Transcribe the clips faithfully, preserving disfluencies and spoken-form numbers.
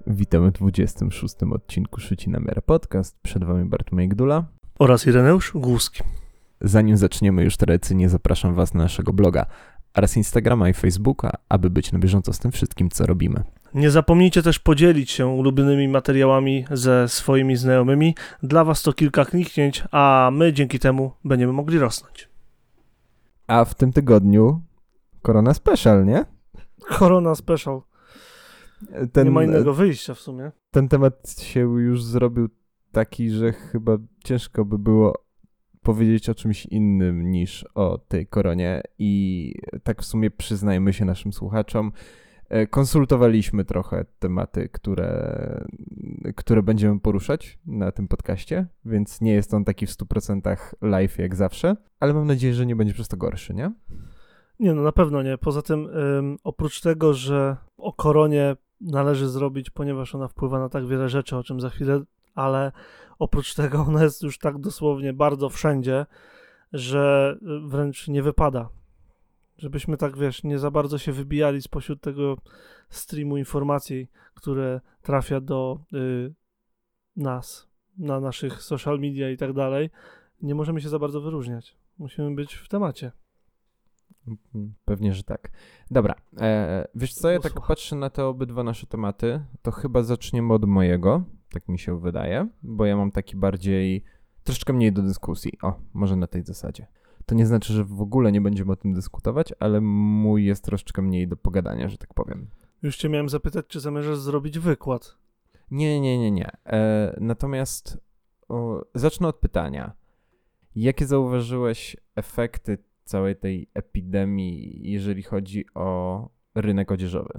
Witamy w dwudziestym szóstym odcinku Szyci na miarę podcast. Przed wami Bartłomiej Gdula oraz Ireneusz Głuski. Zanim zaczniemy już tradycyjnie zapraszam was na naszego bloga oraz Instagrama i Facebooka, aby być na bieżąco z tym wszystkim, co robimy. Nie zapomnijcie też podzielić się ulubionymi materiałami ze swoimi znajomymi. Dla was to kilka kliknięć, a my dzięki temu będziemy mogli rosnąć. A w tym tygodniu Korona Special, nie? Korona Special. Ten, nie ma innego wyjścia w sumie. Ten temat się już zrobił taki, że chyba ciężko by było powiedzieć o czymś innym niż o tej koronie i tak w sumie przyznajmy się naszym słuchaczom, konsultowaliśmy trochę tematy, które, które będziemy poruszać na tym podcaście, więc nie jest on taki w stu procentach live jak zawsze, ale mam nadzieję, że nie będzie przez to gorszy, nie? Nie, no na pewno nie. Poza tym ym, oprócz tego, że o koronie należy zrobić, ponieważ ona wpływa na tak wiele rzeczy, o czym za chwilę, ale oprócz tego ona jest już tak dosłownie bardzo wszędzie, że wręcz nie wypada. Żebyśmy tak, wiesz, nie za bardzo się wybijali spośród tego streamu informacji, które trafia do y, nas, na naszych social media i tak dalej. Nie możemy się za bardzo wyróżniać. Musimy być w temacie. Pewnie, że tak. Dobra, e, wiesz co, ja tak patrzę na te obydwa nasze tematy, to chyba zaczniemy od mojego, tak mi się wydaje, bo ja mam taki bardziej, troszeczkę mniej do dyskusji, o, może na tej zasadzie. To nie znaczy, że w ogóle nie będziemy o tym dyskutować, ale mój jest troszeczkę mniej do pogadania, że tak powiem. Już cię miałem zapytać, czy zamierzasz zrobić wykład? Nie, nie, nie, nie. E, natomiast o, zacznę od pytania. Jakie zauważyłeś efekty całej tej epidemii, jeżeli chodzi o rynek odzieżowy?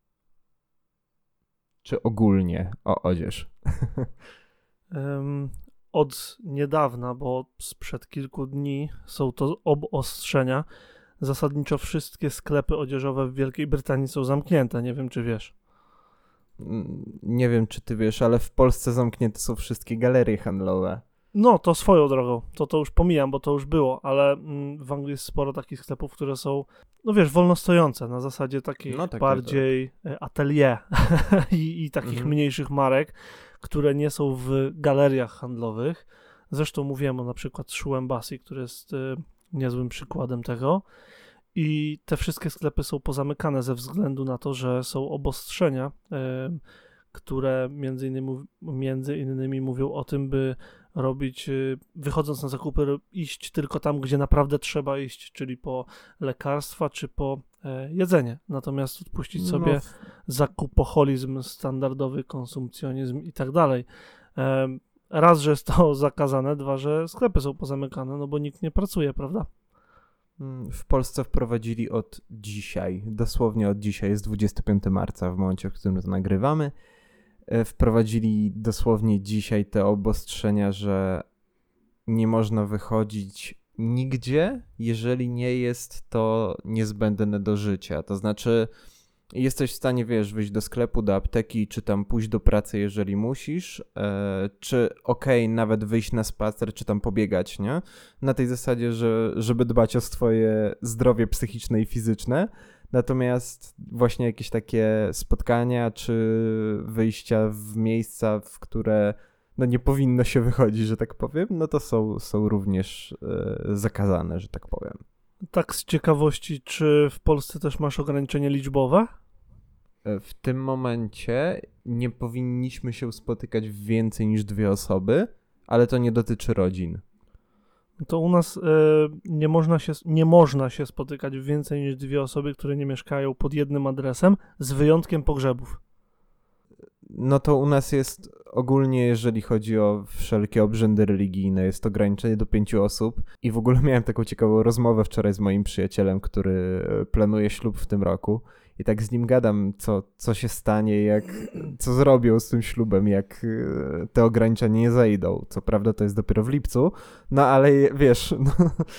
Czy ogólnie o odzież? um, od niedawna, bo sprzed kilku dni są to obostrzenia. Zasadniczo wszystkie sklepy odzieżowe w Wielkiej Brytanii są zamknięte. Nie wiem, czy wiesz. Nie wiem, czy ty wiesz, ale w Polsce zamknięte są wszystkie galerie handlowe. No, to swoją drogą, to to już pomijam, bo to już było, ale mm, w Anglii jest sporo takich sklepów, które są, no wiesz, wolno stojące, na zasadzie takich no tak, bardziej tak. atelier i, i takich mhm. mniejszych marek, które nie są w galeriach handlowych. Zresztą mówiłem o na przykład Shoe Embassy, który jest y, niezłym przykładem tego. I te wszystkie sklepy są pozamykane ze względu na to, że są obostrzenia, y, które między innymi, między innymi mówią o tym, by robić, wychodząc na zakupy, iść tylko tam, gdzie naprawdę trzeba iść, czyli po lekarstwa czy po e, jedzenie. Natomiast odpuścić sobie no. zakupoholizm, standardowy konsumpcjonizm i tak dalej. E, raz, że jest to zakazane, dwa, że sklepy są pozamykane, no bo nikt nie pracuje, prawda? W Polsce wprowadzili od dzisiaj, dosłownie od dzisiaj, jest dwudziestego piątego marca, w momencie, w którym to nagrywamy, wprowadzili dosłownie dzisiaj te obostrzenia, że nie można wychodzić nigdzie, jeżeli nie jest to niezbędne do życia. To znaczy jesteś w stanie, wiesz, wyjść do sklepu, do apteki, czy tam pójść do pracy, jeżeli musisz, e, czy okej, okay, nawet wyjść na spacer, czy tam pobiegać, nie? Na tej zasadzie, że żeby dbać o swoje zdrowie psychiczne i fizyczne. Natomiast właśnie jakieś takie spotkania czy wyjścia w miejsca, w które no nie powinno się wychodzić, że tak powiem, no to są, są również e, zakazane, że tak powiem. Tak z ciekawości, czy w Polsce też masz ograniczenie liczbowe? W tym momencie nie powinniśmy się spotykać w więcej niż dwie osoby, ale to nie dotyczy rodzin. To u nas y, nie, można się, nie można się spotykać w więcej niż dwie osoby, które nie mieszkają pod jednym adresem, z wyjątkiem pogrzebów. No to u nas jest ogólnie, jeżeli chodzi o wszelkie obrzędy religijne, jest ograniczenie do pięciu osób i w ogóle miałem taką ciekawą rozmowę wczoraj z moim przyjacielem, który planuje ślub w tym roku i tak z nim gadam, co, co się stanie, jak, co zrobią z tym ślubem, jak te ograniczenia nie zajdą. Co prawda to jest dopiero w lipcu, no ale wiesz, no,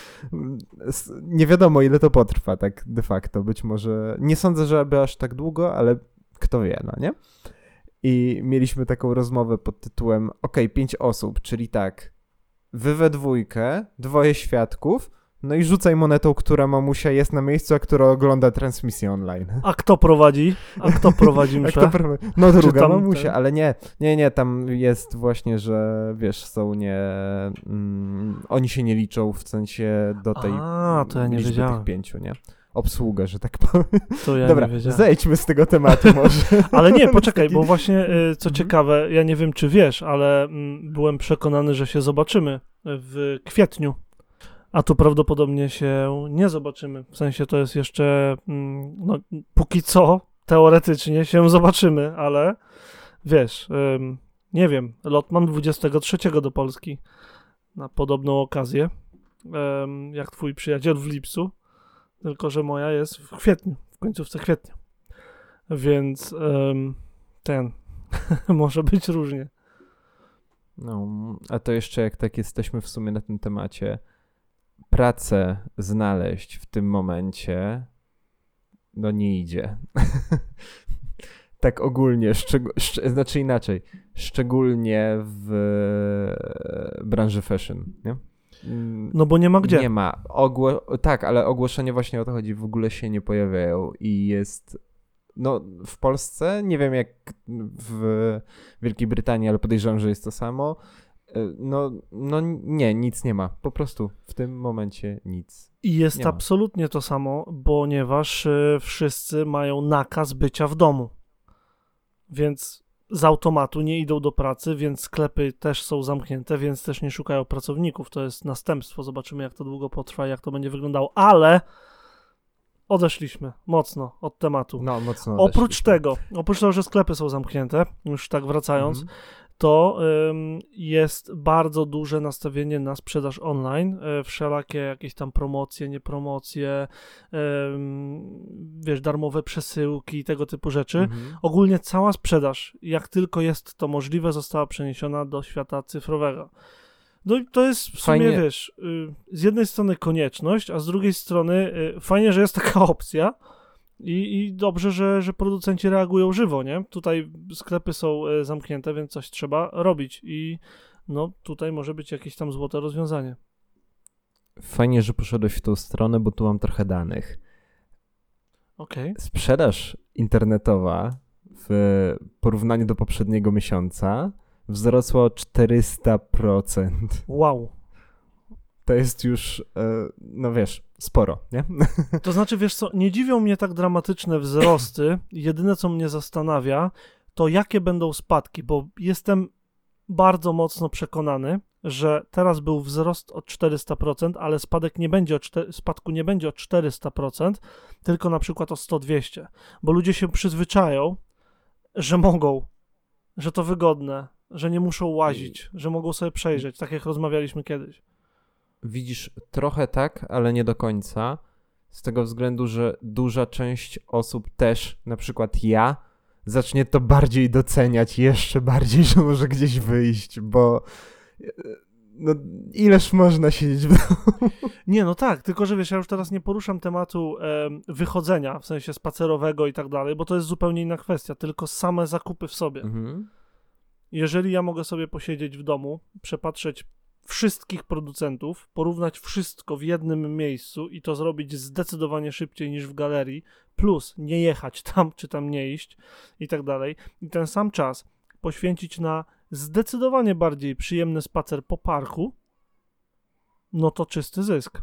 nie wiadomo ile to potrwa tak de facto, być może, nie sądzę, że aby aż tak długo, ale kto wie, no nie? I mieliśmy taką rozmowę pod tytułem okej, pięć osób, czyli tak, wy we dwójkę, dwoje świadków, No i rzucaj monetą, która mamusia jest na miejscu, a która ogląda transmisję online. A kto prowadzi? A kto prowadzi mszę? A kto prowadzi? No druga tam, mamusia, ten... ale nie, nie, nie, tam jest właśnie, że wiesz, są nie, mm, oni się nie liczą w sensie do tej a, to ja nie liczby wiedziałem. tych pięciu, nie? Obsługę, że tak powiem. To ja Dobra, nie wiedziałem. zejdźmy z tego tematu może. Ale nie, poczekaj, bo właśnie co ciekawe, ja nie wiem czy wiesz, ale mm, byłem przekonany, że się zobaczymy w kwietniu. A tu prawdopodobnie się nie zobaczymy. W sensie to jest jeszcze, mm, no póki co, teoretycznie się zobaczymy, ale wiesz, ym, nie wiem, lot mam dwudziestego trzeciego do Polski na podobną okazję, ym, jak twój przyjaciel w lipcu, tylko że moja jest w kwietniu, w końcówce kwietnia. Więc ym, ten, może być różnie. No, a to jeszcze jak tak jesteśmy w sumie na tym temacie, pracę znaleźć w tym momencie, no nie idzie. Tak ogólnie, szczeg- szcz- znaczy inaczej, szczególnie w branży fashion, nie? No bo nie ma gdzie. Nie ma. Ogło- tak, ale ogłoszenia właśnie o to chodzi, w ogóle się nie pojawiają i jest, no w Polsce, nie wiem jak w Wielkiej Brytanii, ale podejrzewam, że jest to samo. No, no nie, nic nie ma. Po prostu w tym momencie nic. I jest nie absolutnie ma. To samo, ponieważ y, wszyscy mają nakaz bycia w domu. Więc z automatu nie idą do pracy, więc sklepy też są zamknięte, więc też nie szukają pracowników. To jest następstwo. Zobaczymy, jak to długo potrwa, jak to będzie wyglądało. Ale odeszliśmy mocno od tematu. No, mocno Oprócz odeszliśmy. tego, oprócz tego, że sklepy są zamknięte, już tak wracając, mhm. to ym, jest bardzo duże nastawienie na sprzedaż online, y, wszelakie jakieś tam promocje, niepromocje, ym, wiesz, darmowe przesyłki, tego typu rzeczy. Mhm. Ogólnie cała sprzedaż, jak tylko jest to możliwe, została przeniesiona do świata cyfrowego. No i to jest w sumie, fajnie. Wiesz, y, z jednej strony konieczność, a z drugiej strony y, fajnie, że jest taka opcja. I, I dobrze, że, że producenci reagują żywo, nie? Tutaj sklepy są e, zamknięte, więc coś trzeba robić i no tutaj może być jakieś tam złote rozwiązanie. Fajnie, że poszedłeś w tą stronę, bo tu mam trochę danych. Okej. Okay. Sprzedaż internetowa w porównaniu do poprzedniego miesiąca wzrosła o czterysta procent. Wow. To jest już, no wiesz, sporo, nie? To znaczy, wiesz co, nie dziwią mnie tak dramatyczne wzrosty. Jedyne, co mnie zastanawia, to jakie będą spadki, bo jestem bardzo mocno przekonany, że teraz był wzrost o czterysta procent, ale spadek nie będzie o cztery, spadku nie będzie o czterysta procent, tylko na przykład o sto dwieście, bo ludzie się przyzwyczają, że mogą, że to wygodne, że nie muszą łazić, że mogą sobie przejrzeć, tak jak rozmawialiśmy kiedyś. Widzisz, trochę tak, ale nie do końca, z tego względu, że duża część osób też, na przykład ja, zacznie to bardziej doceniać, jeszcze bardziej, że może gdzieś wyjść, bo no ileż można siedzieć w domu. Nie, no tak, tylko że wiesz, ja już teraz nie poruszam tematu e, wychodzenia, w sensie spacerowego i tak dalej, bo to jest zupełnie inna kwestia, tylko same zakupy w sobie. Mhm. Jeżeli ja mogę sobie posiedzieć w domu, przepatrzeć wszystkich producentów, porównać wszystko w jednym miejscu i to zrobić zdecydowanie szybciej niż w galerii, plus nie jechać tam, czy tam nie iść i tak dalej. I ten sam czas poświęcić na zdecydowanie bardziej przyjemny spacer po parku, no to czysty zysk.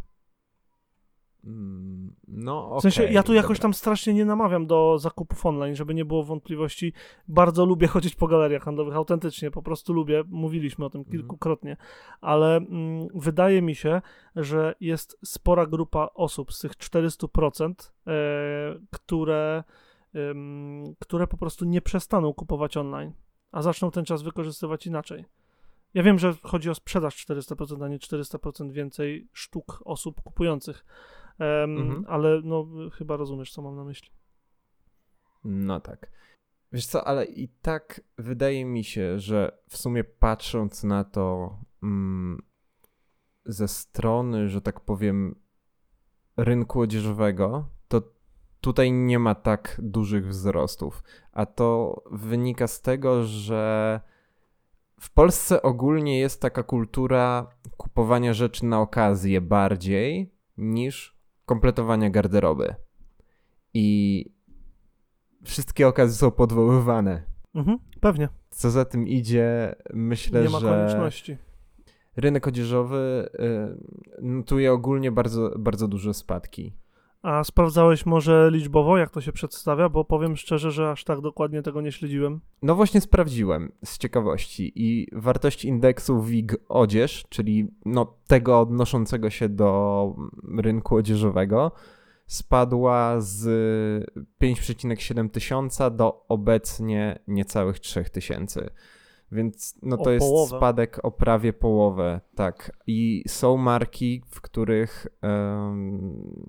No, okay, w sensie ja tu jakoś dobra. tam strasznie nie namawiam do zakupów online, żeby nie było wątpliwości. Bardzo lubię chodzić po galeriach handlowych, autentycznie, po prostu lubię, mówiliśmy o tym kilkukrotnie, ale mm, wydaje mi się, że jest spora grupa osób z tych czterysta procent, e, które, e, które po prostu nie przestaną kupować online, a zaczną ten czas wykorzystywać inaczej. Ja wiem, że chodzi o sprzedaż czterysta procent, a nie czterysta procent więcej sztuk osób kupujących. Um, mhm. Ale no chyba rozumiesz, co mam na myśli. No tak. Wiesz co, ale i tak wydaje mi się, że w sumie patrząc na to mm, ze strony, że tak powiem, rynku odzieżowego, to tutaj nie ma tak dużych wzrostów. A to wynika z tego, że w Polsce ogólnie jest taka kultura kupowania rzeczy na okazję bardziej, niż kompletowania garderoby. I wszystkie okazje są podwoływane. Mhm, pewnie. Co za tym idzie, myślę, Nie ma że konieczności. Rynek odzieżowy y, notuje ogólnie bardzo, bardzo duże spadki. A sprawdzałeś może liczbowo, jak to się przedstawia? Bo powiem szczerze, że aż tak dokładnie tego nie śledziłem. No właśnie sprawdziłem z ciekawości i wartość indeksu W I G odzież, czyli no tego odnoszącego się do rynku odzieżowego, spadła z pięć przecinek siedem tysiąca do obecnie niecałych trzy tysiące. Więc no to o jest połowę. spadek o prawie połowę, tak. I są marki, w których um,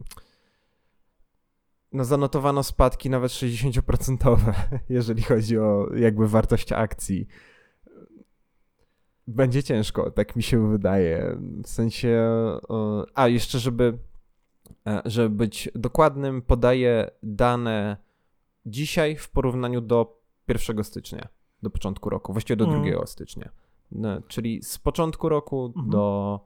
no zanotowano spadki nawet sześćdziesiąt procent, jeżeli chodzi o jakby wartość akcji. Będzie ciężko, tak mi się wydaje. W sensie, a jeszcze żeby, żeby być dokładnym, podaję dane dzisiaj w porównaniu do pierwszego stycznia, do początku roku, właściwie do mm. drugiego stycznia. No, czyli z początku roku mm-hmm. do,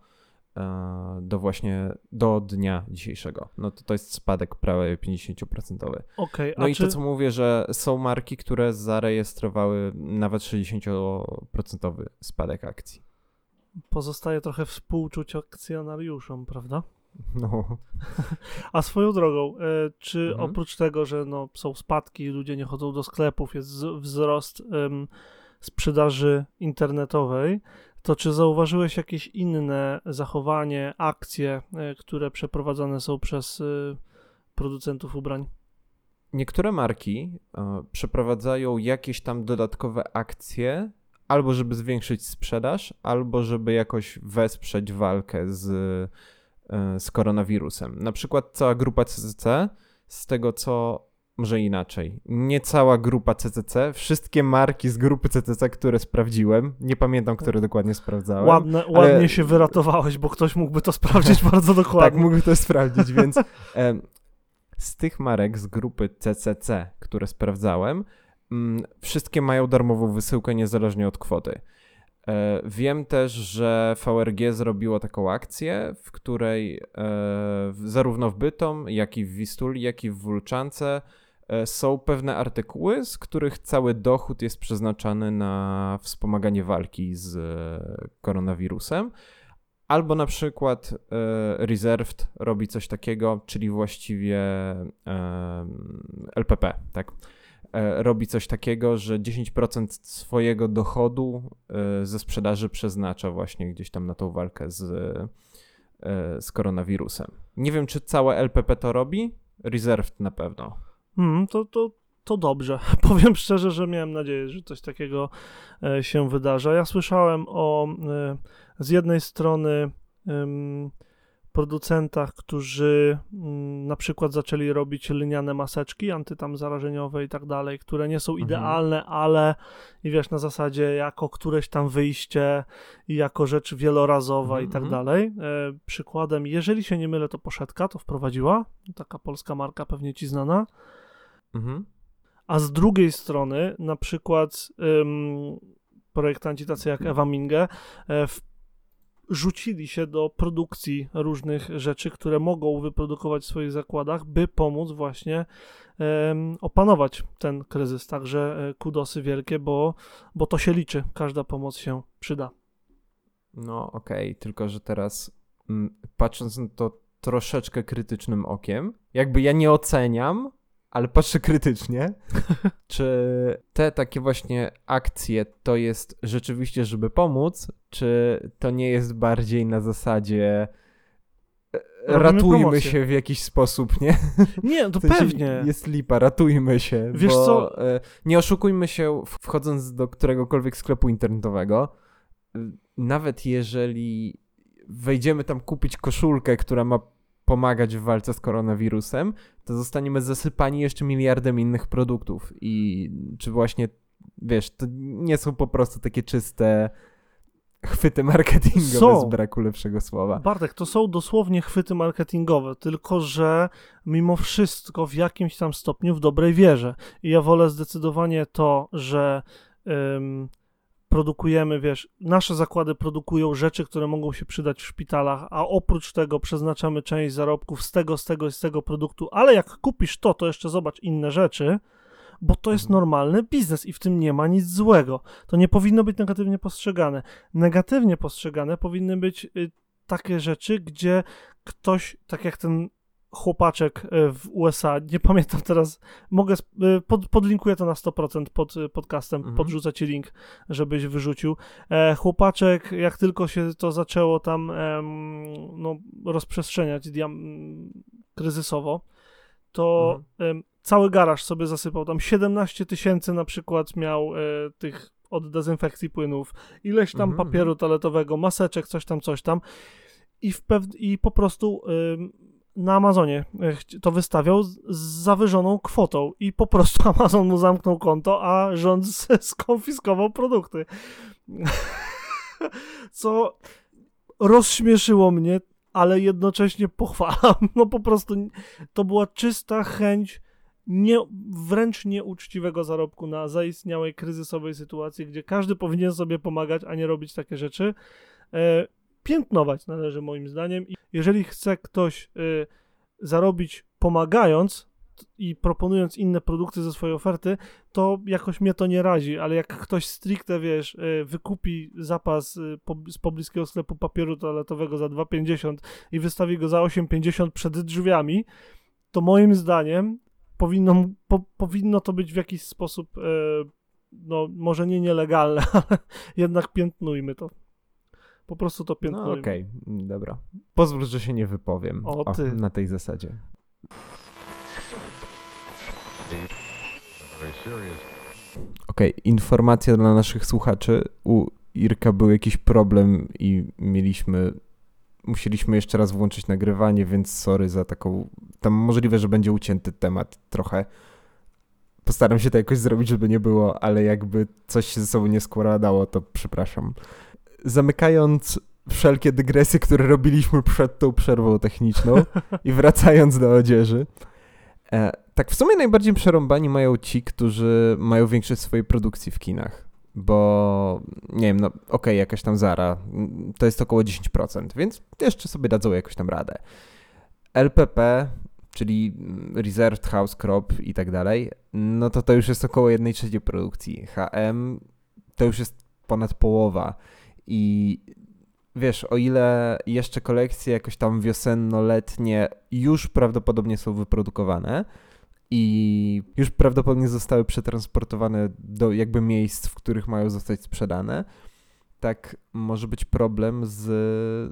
do właśnie do dnia dzisiejszego. No to to jest spadek prawie pięćdziesiąt procent. Okay, no i czy... to, co mówię, że są marki, które zarejestrowały nawet sześćdziesiąt procent spadek akcji. Pozostaje trochę współczuć akcjonariuszom, prawda? No. A swoją drogą, czy mhm. oprócz tego, że no, są spadki, ludzie nie chodzą do sklepów, jest wzrost um, sprzedaży internetowej, to czy zauważyłeś jakieś inne zachowanie, akcje, które przeprowadzane są przez producentów ubrań? Niektóre marki e, przeprowadzają jakieś tam dodatkowe akcje, albo żeby zwiększyć sprzedaż, albo żeby jakoś wesprzeć walkę z, e, z koronawirusem. Na przykład cała grupa C C C, z tego co, może inaczej, nie cała grupa C C C, wszystkie marki z grupy C C C, które sprawdziłem, nie pamiętam, które dokładnie sprawdzałem. Ładne, ale... Ładnie się wyratowałeś, bo ktoś mógłby to sprawdzić bardzo dokładnie. Tak, mógłby to sprawdzić, więc e, z tych marek z grupy C C C, które sprawdzałem, m, wszystkie mają darmową wysyłkę niezależnie od kwoty. E, wiem też, że V R G zrobiło taką akcję, w której e, zarówno w Bytom, jak i w Wistuli, jak i w Wólczance e, są pewne artykuły, z których cały dochód jest przeznaczany na wspomaganie walki z e, koronawirusem. Albo na przykład e, Reserved robi coś takiego, czyli właściwie e, L P P, tak? E, robi coś takiego, że dziesięć procent swojego dochodu e, ze sprzedaży przeznacza właśnie gdzieś tam na tą walkę z, e, z koronawirusem. Nie wiem, czy całe L P P to robi, Reserved na pewno. Hmm, to, to, to dobrze. Powiem szczerze, że miałem nadzieję, że coś takiego e, się wydarza. Ja słyszałem o e, z jednej strony um, producentach, którzy um, na przykład zaczęli robić liniane maseczki antytam zarażeniowe i tak dalej, które nie są mhm. idealne, ale i wiesz, na zasadzie jako któreś tam wyjście i jako rzecz wielorazowa mhm, i tak dalej. E, przykładem, jeżeli się nie mylę, to Poszetka to wprowadziła, taka polska marka, pewnie ci znana. Mhm. A z drugiej strony na przykład um, projektanci tacy jak Ewa Minge e, w rzucili się do produkcji różnych rzeczy, które mogą wyprodukować w swoich zakładach, by pomóc właśnie um, opanować ten kryzys. Także kudosy wielkie, bo, bo to się liczy. Każda pomoc się przyda. No okej, okay. Tylko że teraz m, patrząc na to troszeczkę krytycznym okiem, jakby ja nie oceniam, ale patrzę krytycznie, czy te takie właśnie akcje to jest rzeczywiście, żeby pomóc, czy to nie jest bardziej na zasadzie Robimy ratujmy promocję. się w jakiś sposób, nie? Nie, to w sensie pewnie. Jest lipa, ratujmy się, Wiesz bo co? nie oszukujmy się, wchodząc do któregokolwiek sklepu internetowego, nawet jeżeli wejdziemy tam kupić koszulkę, która ma pomagać w walce z koronawirusem, to zostaniemy zasypani jeszcze miliardem innych produktów i czy właśnie, wiesz, to nie są po prostu takie czyste chwyty marketingowe są. Z braku lepszego słowa. Bartek, to są dosłownie chwyty marketingowe, tylko że mimo wszystko w jakimś tam stopniu w dobrej wierze. I ja wolę zdecydowanie to, że ym, produkujemy, wiesz, nasze zakłady produkują rzeczy, które mogą się przydać w szpitalach, a oprócz tego przeznaczamy część zarobków z tego, z tego i z tego produktu, ale jak kupisz to, to jeszcze zobacz inne rzeczy, bo to jest normalny biznes i w tym nie ma nic złego. To nie powinno być negatywnie postrzegane. Negatywnie postrzegane powinny być y, takie rzeczy, gdzie ktoś, tak jak ten chłopaczek w U S A, nie pamiętam teraz, mogę, pod, podlinkuję to na sto procent pod podcastem, mhm. podrzucę ci link, żebyś wyrzucił. E, chłopaczek, jak tylko się to zaczęło tam em, no, rozprzestrzeniać diam, kryzysowo, to mhm. em, cały garaż sobie zasypał, tam siedemnaście tysięcy na przykład miał e, tych od dezynfekcji płynów, ileś tam mhm. papieru toaletowego, maseczek, coś tam, coś tam i, w pew- i po prostu e, na Amazonie to wystawiał z zawyżoną kwotą i po prostu Amazon mu zamknął konto, a rząd skonfiskował produkty. Co rozśmieszyło mnie, ale jednocześnie pochwalam. No po prostu to była czysta chęć nie, wręcz nieuczciwego zarobku na zaistniałej kryzysowej sytuacji, gdzie każdy powinien sobie pomagać, a nie robić takie rzeczy. E, piętnować należy moim zdaniem. I jeżeli chce ktoś y, zarobić pomagając i proponując inne produkty ze swojej oferty, to jakoś mnie to nie razi, ale jak ktoś stricte, wiesz, y, wykupi zapas y, po, z pobliskiego sklepu papieru toaletowego za dwa pięćdziesiąt i wystawi go za osiem pięćdziesiąt przed drzwiami, to moim zdaniem powinno, po, powinno to być w jakiś sposób y, no może nie nielegalne, ale jednak piętnujmy to. Po prostu to piętnujmy. No okej, okay. Dobra. Pozwól, że się nie wypowiem o, ty. O, na tej zasadzie. Okej, okay. Informacja dla naszych słuchaczy. U Irka był jakiś problem i mieliśmy, musieliśmy jeszcze raz włączyć nagrywanie, więc sorry za taką, tam możliwe, że będzie ucięty temat trochę. Postaram się to jakoś zrobić, żeby nie było, ale jakby coś się ze sobą nie składało, to przepraszam. Zamykając wszelkie dygresje, które robiliśmy przed tą przerwą techniczną i wracając do odzieży, e, tak w sumie najbardziej przerąbani mają ci, którzy mają większość swojej produkcji w kinach, bo nie wiem, no okej, okay, jakaś tam Zara, to jest około dziesięć procent, więc jeszcze sobie dadzą jakoś tam radę. L P P, czyli Reserved House Crop i tak dalej, no to to już jest około jednej trzeciej produkcji. H M to już jest ponad połowa. I wiesz, o ile jeszcze kolekcje jakoś tam wiosenno-letnie już prawdopodobnie są wyprodukowane i już prawdopodobnie zostały przetransportowane do jakby miejsc, w których mają zostać sprzedane, tak może być problem z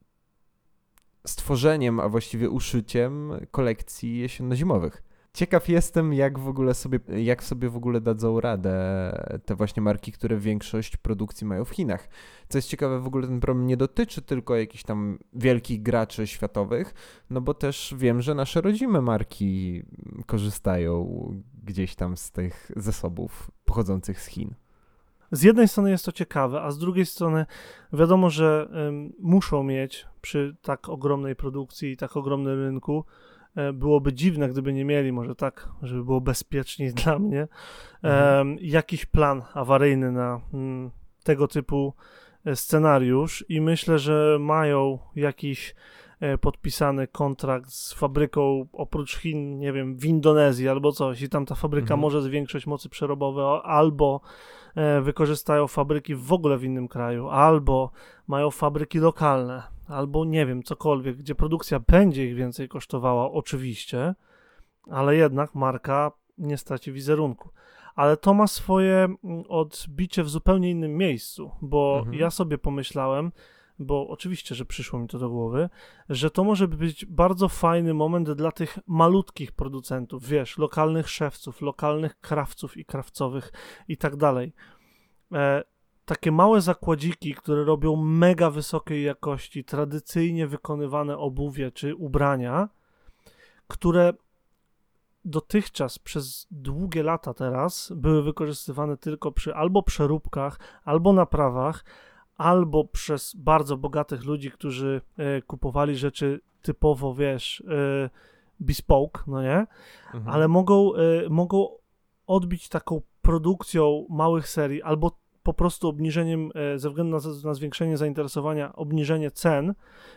stworzeniem, a właściwie uszyciem kolekcji jesienno-zimowych. Ciekaw jestem, jak w ogóle sobie, jak sobie w ogóle dadzą radę te właśnie marki, które większość produkcji mają w Chinach. Co jest ciekawe, w ogóle ten problem nie dotyczy tylko jakichś tam wielkich graczy światowych, no bo też wiem, że nasze rodzime marki korzystają gdzieś tam z tych zasobów pochodzących z Chin. Z jednej strony jest to ciekawe, a z drugiej strony wiadomo, że ym, muszą mieć przy tak ogromnej produkcji i tak ogromnym rynku, byłoby dziwne, gdyby nie mieli, może tak, żeby było bezpieczniej dla mnie, mhm. um, jakiś plan awaryjny na um, tego typu scenariusz i myślę, że mają jakiś e, podpisany kontrakt z fabryką oprócz Chin, nie wiem, w Indonezji albo coś i tam ta fabryka mhm. może zwiększyć mocy przerobowe albo e, wykorzystają fabryki w ogóle w innym kraju, albo mają fabryki lokalne, albo nie wiem, cokolwiek, gdzie produkcja będzie ich więcej kosztowała, oczywiście, ale jednak marka nie straci wizerunku. Ale to ma swoje odbicie w zupełnie innym miejscu, bo mhm. ja sobie pomyślałem, bo oczywiście, że przyszło mi to do głowy, że to może być bardzo fajny moment dla tych malutkich producentów, wiesz, lokalnych szewców, lokalnych krawców i krawcowych i tak dalej. E, takie małe zakładziki, które robią mega wysokiej jakości, tradycyjnie wykonywane obuwie czy ubrania, które dotychczas przez długie lata teraz były wykorzystywane tylko przy albo przeróbkach, albo naprawach, albo przez bardzo bogatych ludzi, którzy e, kupowali rzeczy typowo, wiesz, e, bespoke, no nie? Mhm. Ale mogą, e, mogą odbić taką produkcją małych serii, albo po prostu obniżeniem, ze względu na, na zwiększenie zainteresowania, obniżenie cen,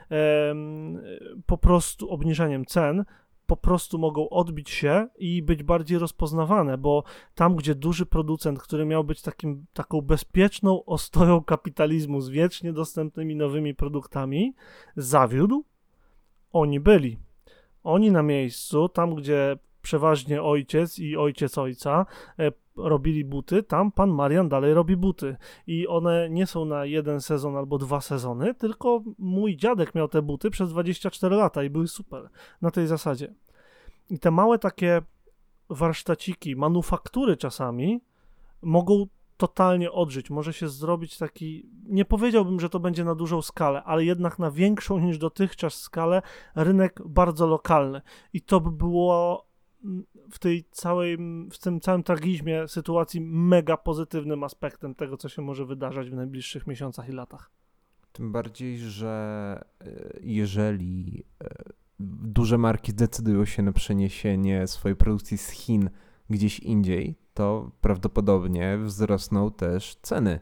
po prostu obniżeniem cen, po prostu mogą odbić się i być bardziej rozpoznawane, bo tam, gdzie duży producent, który miał być takim, taką bezpieczną ostoją kapitalizmu z wiecznie dostępnymi nowymi produktami, zawiódł, oni byli. Oni na miejscu, tam gdzie przeważnie ojciec i ojciec ojca e, robili buty, tam pan Marian dalej robi buty. I one nie są na jeden sezon albo dwa sezony, tylko mój dziadek miał te buty przez dwadzieścia cztery lata i były super na tej zasadzie. I te małe takie warsztaciki, manufaktury czasami mogą totalnie odżyć. Może się zrobić taki, nie powiedziałbym, że to będzie na dużą skalę, ale jednak na większą niż dotychczas skalę rynek bardzo lokalny. I to by było w tej całej, w tym całym tragizmie sytuacji mega pozytywnym aspektem tego, co się może wydarzać w najbliższych miesiącach i latach. Tym bardziej, że jeżeli duże marki zdecydują się na przeniesienie swojej produkcji z Chin gdzieś indziej, to prawdopodobnie wzrosną też ceny.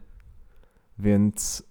Więc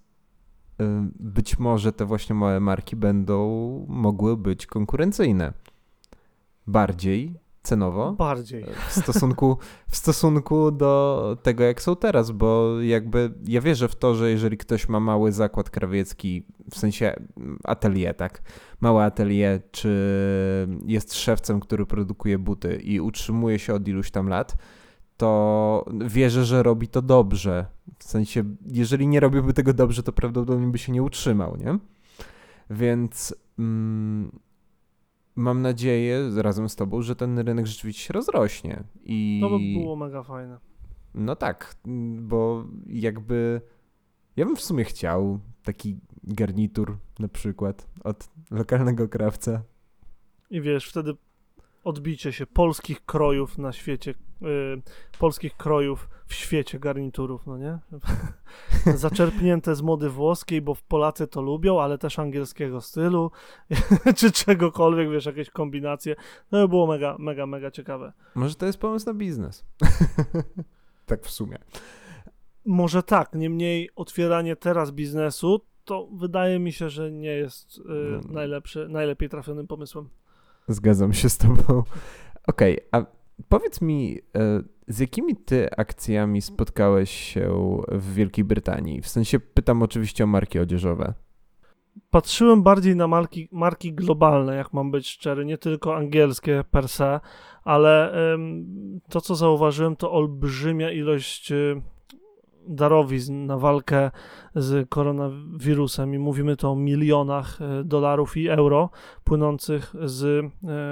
być może te właśnie małe marki będą mogły być konkurencyjne. Bardziej cenowo. Bardziej. W stosunku, w stosunku do tego, jak są teraz, bo jakby ja wierzę w to, że jeżeli ktoś ma mały zakład krawiecki, w sensie atelier, tak? Małe atelier, czy jest szewcem, który produkuje buty i utrzymuje się od iluś tam lat, to wierzę, że robi to dobrze. W sensie, jeżeli nie robiłby tego dobrze, to prawdopodobnie by się nie utrzymał, nie? Więc mm, mam nadzieję razem z tobą, że ten rynek rzeczywiście się rozrośnie. I... To by było mega fajne. No tak, bo jakby ja bym w sumie chciał taki garnitur na przykład od lokalnego krawca. I wiesz, wtedy odbicie się polskich krojów na świecie, yy, polskich krojów w świecie garniturów, no nie? Zaczerpnięte z mody włoskiej, bo Polacy to lubią, ale też angielskiego stylu, czy czegokolwiek, wiesz, jakieś kombinacje. No by było mega, mega, mega ciekawe. Może to jest pomysł na biznes. Tak w sumie. Może tak, niemniej otwieranie teraz biznesu, to wydaje mi się, że nie jest yy, no. najlepszy, najlepiej trafionym pomysłem. Zgadzam się z tobą. Okej, okay, a powiedz mi, z jakimi ty akcjami spotkałeś się w Wielkiej Brytanii? W sensie pytam oczywiście o marki odzieżowe. Patrzyłem bardziej na marki, marki globalne, jak mam być szczery, nie tylko angielskie per se, ale ym, to, co zauważyłem, to olbrzymia ilość y, darowizn na walkę z koronawirusem i mówimy tu o milionach y, dolarów i euro płynących z y,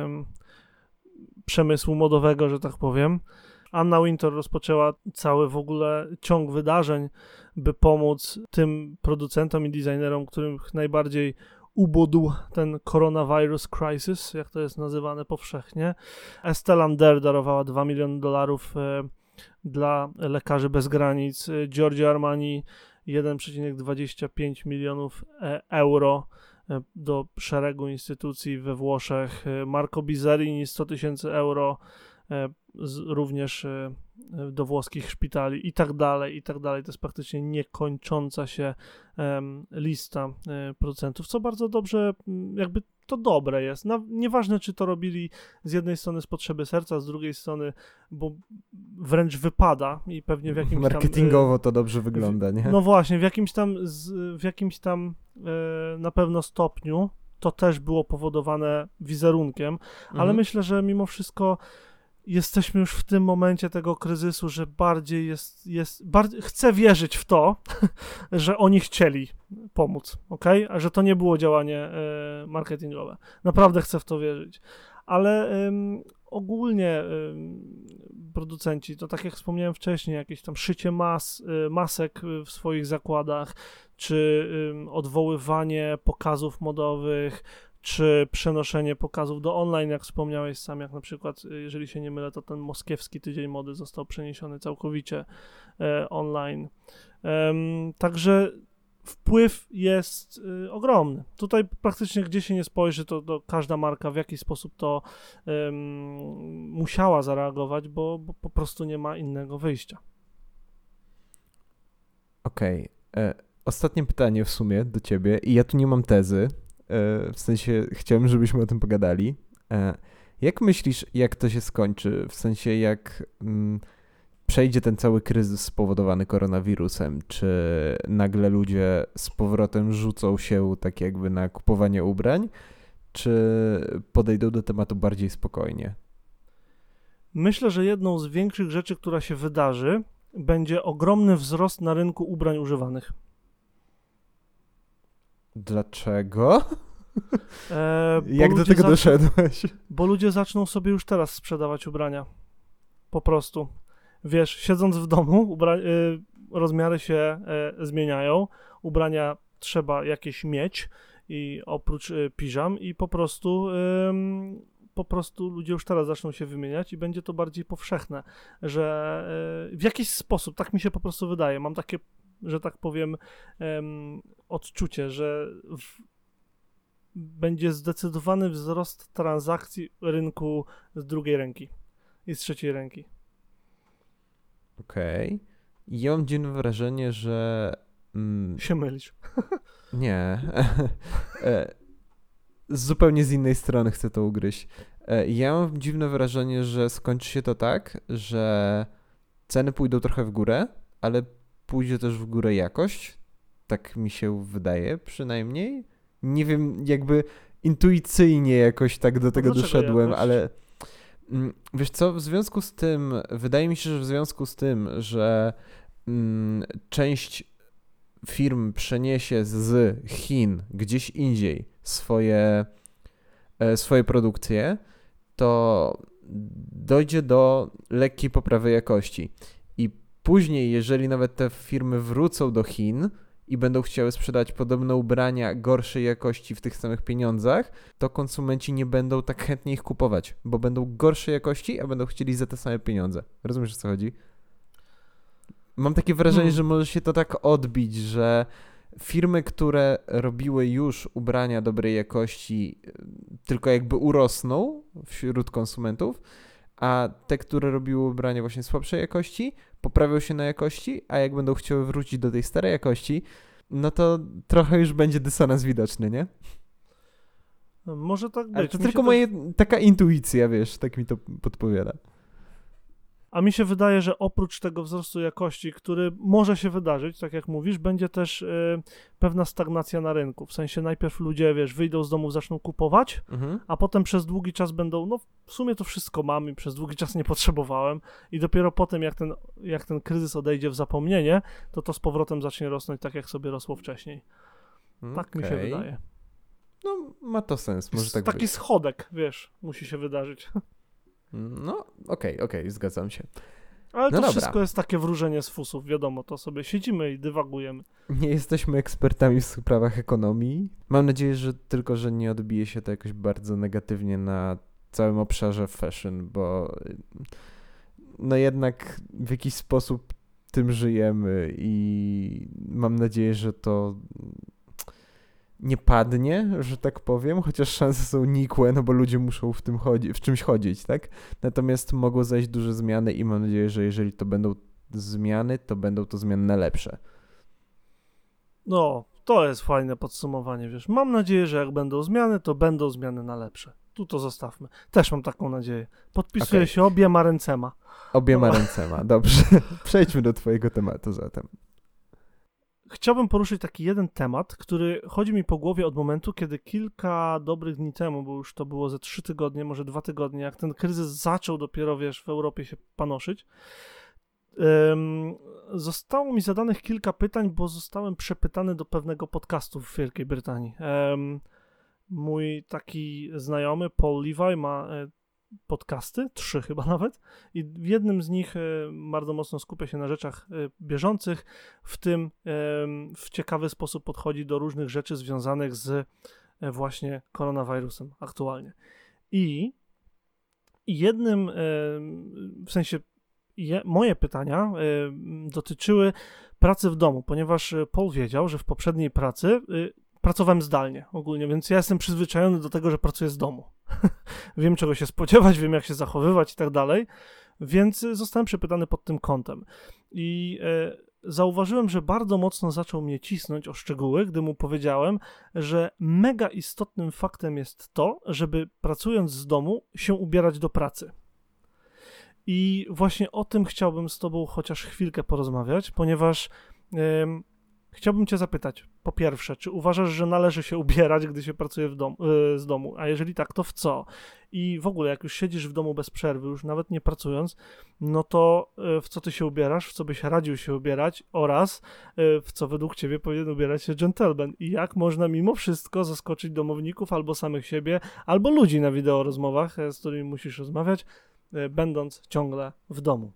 przemysłu modowego, że tak powiem. Anna Wintour rozpoczęła cały w ogóle ciąg wydarzeń, by pomóc tym producentom i designerom, których najbardziej ubodł ten coronavirus crisis, jak to jest nazywane powszechnie. Estée Lauder darowała dwa miliony dolarów e, dla Lekarzy Bez Granic, Giorgio Armani jeden przecinek dwadzieścia pięć milionów euro e, do szeregu instytucji we Włoszech, Marco Bizzarini sto tysięcy euro e, z, również e, do włoskich szpitali i tak dalej, i tak dalej. To jest praktycznie niekończąca się um, lista um, producentów, co bardzo dobrze, jakby to dobre jest. No, nieważne, czy to robili z jednej strony z potrzeby serca, z drugiej strony, bo wręcz wypada i pewnie w jakimś tam... Marketingowo to dobrze wygląda, nie? No właśnie, w jakimś tam, z, w jakimś tam e, na pewno stopniu to też było powodowane wizerunkiem, mhm. ale myślę, że mimo wszystko jesteśmy już w tym momencie tego kryzysu, że bardziej jest, jest bardziej, chcę wierzyć w to, że oni chcieli pomóc, okej? A że to nie było działanie e, marketingowe. Naprawdę chcę w to wierzyć. Ale ym, ogólnie ym, producenci, to tak jak wspomniałem wcześniej, jakieś tam szycie mas, y, masek w swoich zakładach, czy ym, odwoływanie pokazów modowych, czy przenoszenie pokazów do online, jak wspomniałeś sam, jak na przykład, jeżeli się nie mylę, to ten moskiewski tydzień mody został przeniesiony całkowicie e, online. E, także wpływ jest y, ogromny. Tutaj praktycznie gdzie się nie spojrzy, to, to każda marka w jakiś sposób to y, musiała zareagować, bo, bo po prostu nie ma innego wyjścia. Okej. Okay. Ostatnie pytanie w sumie do ciebie i ja tu nie mam tezy, e, w sensie chciałem, żebyśmy o tym pogadali. E, jak myślisz, jak to się skończy? W sensie jak mm, przejdzie ten cały kryzys spowodowany koronawirusem? Czy nagle ludzie z powrotem rzucą się tak jakby na kupowanie ubrań? Czy podejdą do tematu bardziej spokojnie? Myślę, że jedną z większych rzeczy, która się wydarzy, będzie ogromny wzrost na rynku ubrań używanych. Dlaczego? E, Jak do tego zaczną, doszedłeś? Bo ludzie zaczną sobie już teraz sprzedawać ubrania. Po prostu. Wiesz, siedząc w domu, ubra- y, rozmiary się y, zmieniają, ubrania trzeba jakieś mieć i oprócz y, piżam i po prostu y, po prostu ludzie już teraz zaczną się wymieniać i będzie to bardziej powszechne, że y, w jakiś sposób, tak mi się po prostu wydaje, mam takie, że tak powiem, y, odczucie, że w, będzie zdecydowany wzrost transakcji rynku z drugiej ręki i z trzeciej ręki. Okej. Okay. Ja mam dziwne wrażenie, że... Mm, się mylisz. Nie. Zupełnie z innej strony chcę to ugryźć. Ja mam dziwne wrażenie, że skończy się to tak, że ceny pójdą trochę w górę, ale pójdzie też w górę jakość. Tak mi się wydaje przynajmniej. Nie wiem, jakby intuicyjnie jakoś tak do tego doszedłem, jakość? Ale wiesz co, w związku z tym, wydaje mi się, że w związku z tym, że mm, część firm przeniesie z Chin gdzieś indziej swoje, e, swoje produkcje, to dojdzie do lekkiej poprawy jakości. I później, jeżeli nawet te firmy wrócą do Chin i będą chciały sprzedać podobne ubrania gorszej jakości w tych samych pieniądzach, to konsumenci nie będą tak chętnie ich kupować, bo będą gorszej jakości, a będą chcieli za te same pieniądze. Rozumiesz, o co chodzi? Mam takie wrażenie, hmm. że może się to tak odbić, że firmy, które robiły już ubrania dobrej jakości, tylko jakby urosną wśród konsumentów, a te, które robiły ubrania właśnie słabszej jakości, poprawią się na jakości, a jak będą chciały wrócić do tej starej jakości, no to trochę już będzie dysonans widoczny, nie? Może tak być. Ale to mi tylko moja też... taka intuicja, wiesz, tak mi to podpowiada. A mi się wydaje, że oprócz tego wzrostu jakości, który może się wydarzyć, tak jak mówisz, będzie też y, pewna stagnacja na rynku. W sensie najpierw ludzie, wiesz, wyjdą z domu, zaczną kupować, mhm. a potem przez długi czas będą, no w sumie to wszystko mam i przez długi czas nie potrzebowałem i dopiero potem, jak ten, jak ten kryzys odejdzie w zapomnienie, to to z powrotem zacznie rosnąć tak, jak sobie rosło wcześniej. Okay. Tak mi się wydaje. No, ma to sens. Może tak taki być. Schodek, wiesz, musi się wydarzyć. No, okej, okay, okej, okay, zgadzam się. Ale no to dobra. Wszystko jest takie wróżenie z fusów, wiadomo, to sobie siedzimy i dywagujemy. Nie jesteśmy ekspertami w sprawach ekonomii. Mam nadzieję, że tylko, że nie odbije się to jakoś bardzo negatywnie na całym obszarze fashion, bo no jednak w jakiś sposób tym żyjemy i mam nadzieję, że to nie padnie, że tak powiem, chociaż szanse są nikłe, no bo ludzie muszą w tym chodzi- w czymś chodzić, tak? Natomiast mogą zajść duże zmiany i mam nadzieję, że jeżeli to będą zmiany, to będą to zmiany na lepsze. No, to jest fajne podsumowanie, wiesz. Mam nadzieję, że jak będą zmiany, to będą zmiany na lepsze. Tu to zostawmy. Też mam taką nadzieję. Podpisuję okay. się obiema ręcema. Obiema no. ręcema, dobrze. Przejdźmy do twojego tematu zatem. Chciałbym poruszyć taki jeden temat, który chodzi mi po głowie od momentu, kiedy kilka dobrych dni temu, bo już to było ze trzy tygodnie, może dwa tygodnie, jak ten kryzys zaczął dopiero, wiesz, w Europie się panoszyć, um, zostało mi zadanych kilka pytań, bo zostałem przepytany do pewnego podcastu w Wielkiej Brytanii. Um, mój taki znajomy, Paul Levi, ma podcasty, trzy chyba nawet, i w jednym z nich e, bardzo mocno skupia się na rzeczach e, bieżących, w tym e, w ciekawy sposób podchodzi do różnych rzeczy związanych z e, właśnie koronawirusem aktualnie. I jednym, e, w sensie je, moje pytania e, dotyczyły pracy w domu, ponieważ Paul wiedział, że w poprzedniej pracy e, pracowałem zdalnie ogólnie, więc ja jestem przyzwyczajony do tego, że pracuję z domu. Wiem, czego się spodziewać, wiem, jak się zachowywać i tak dalej, więc zostałem przepytany pod tym kątem. I e, zauważyłem, że bardzo mocno zaczął mnie cisnąć o szczegóły, gdy mu powiedziałem, że mega istotnym faktem jest to, żeby pracując z domu się ubierać do pracy. I właśnie o tym chciałbym z tobą chociaż chwilkę porozmawiać, ponieważ ym, chciałbym cię zapytać, po pierwsze, czy uważasz, że należy się ubierać, gdy się pracuje w dom, yy, z domu? A jeżeli tak, to w co? I w ogóle, jak już siedzisz w domu bez przerwy, już nawet nie pracując, no to yy, w co ty się ubierasz, w co byś radził się ubierać oraz yy, w co według ciebie powinien ubierać się gentleman? I jak można mimo wszystko zaskoczyć domowników albo samych siebie, albo ludzi na wideorozmowach, yy, z którymi musisz rozmawiać, yy, będąc ciągle w domu?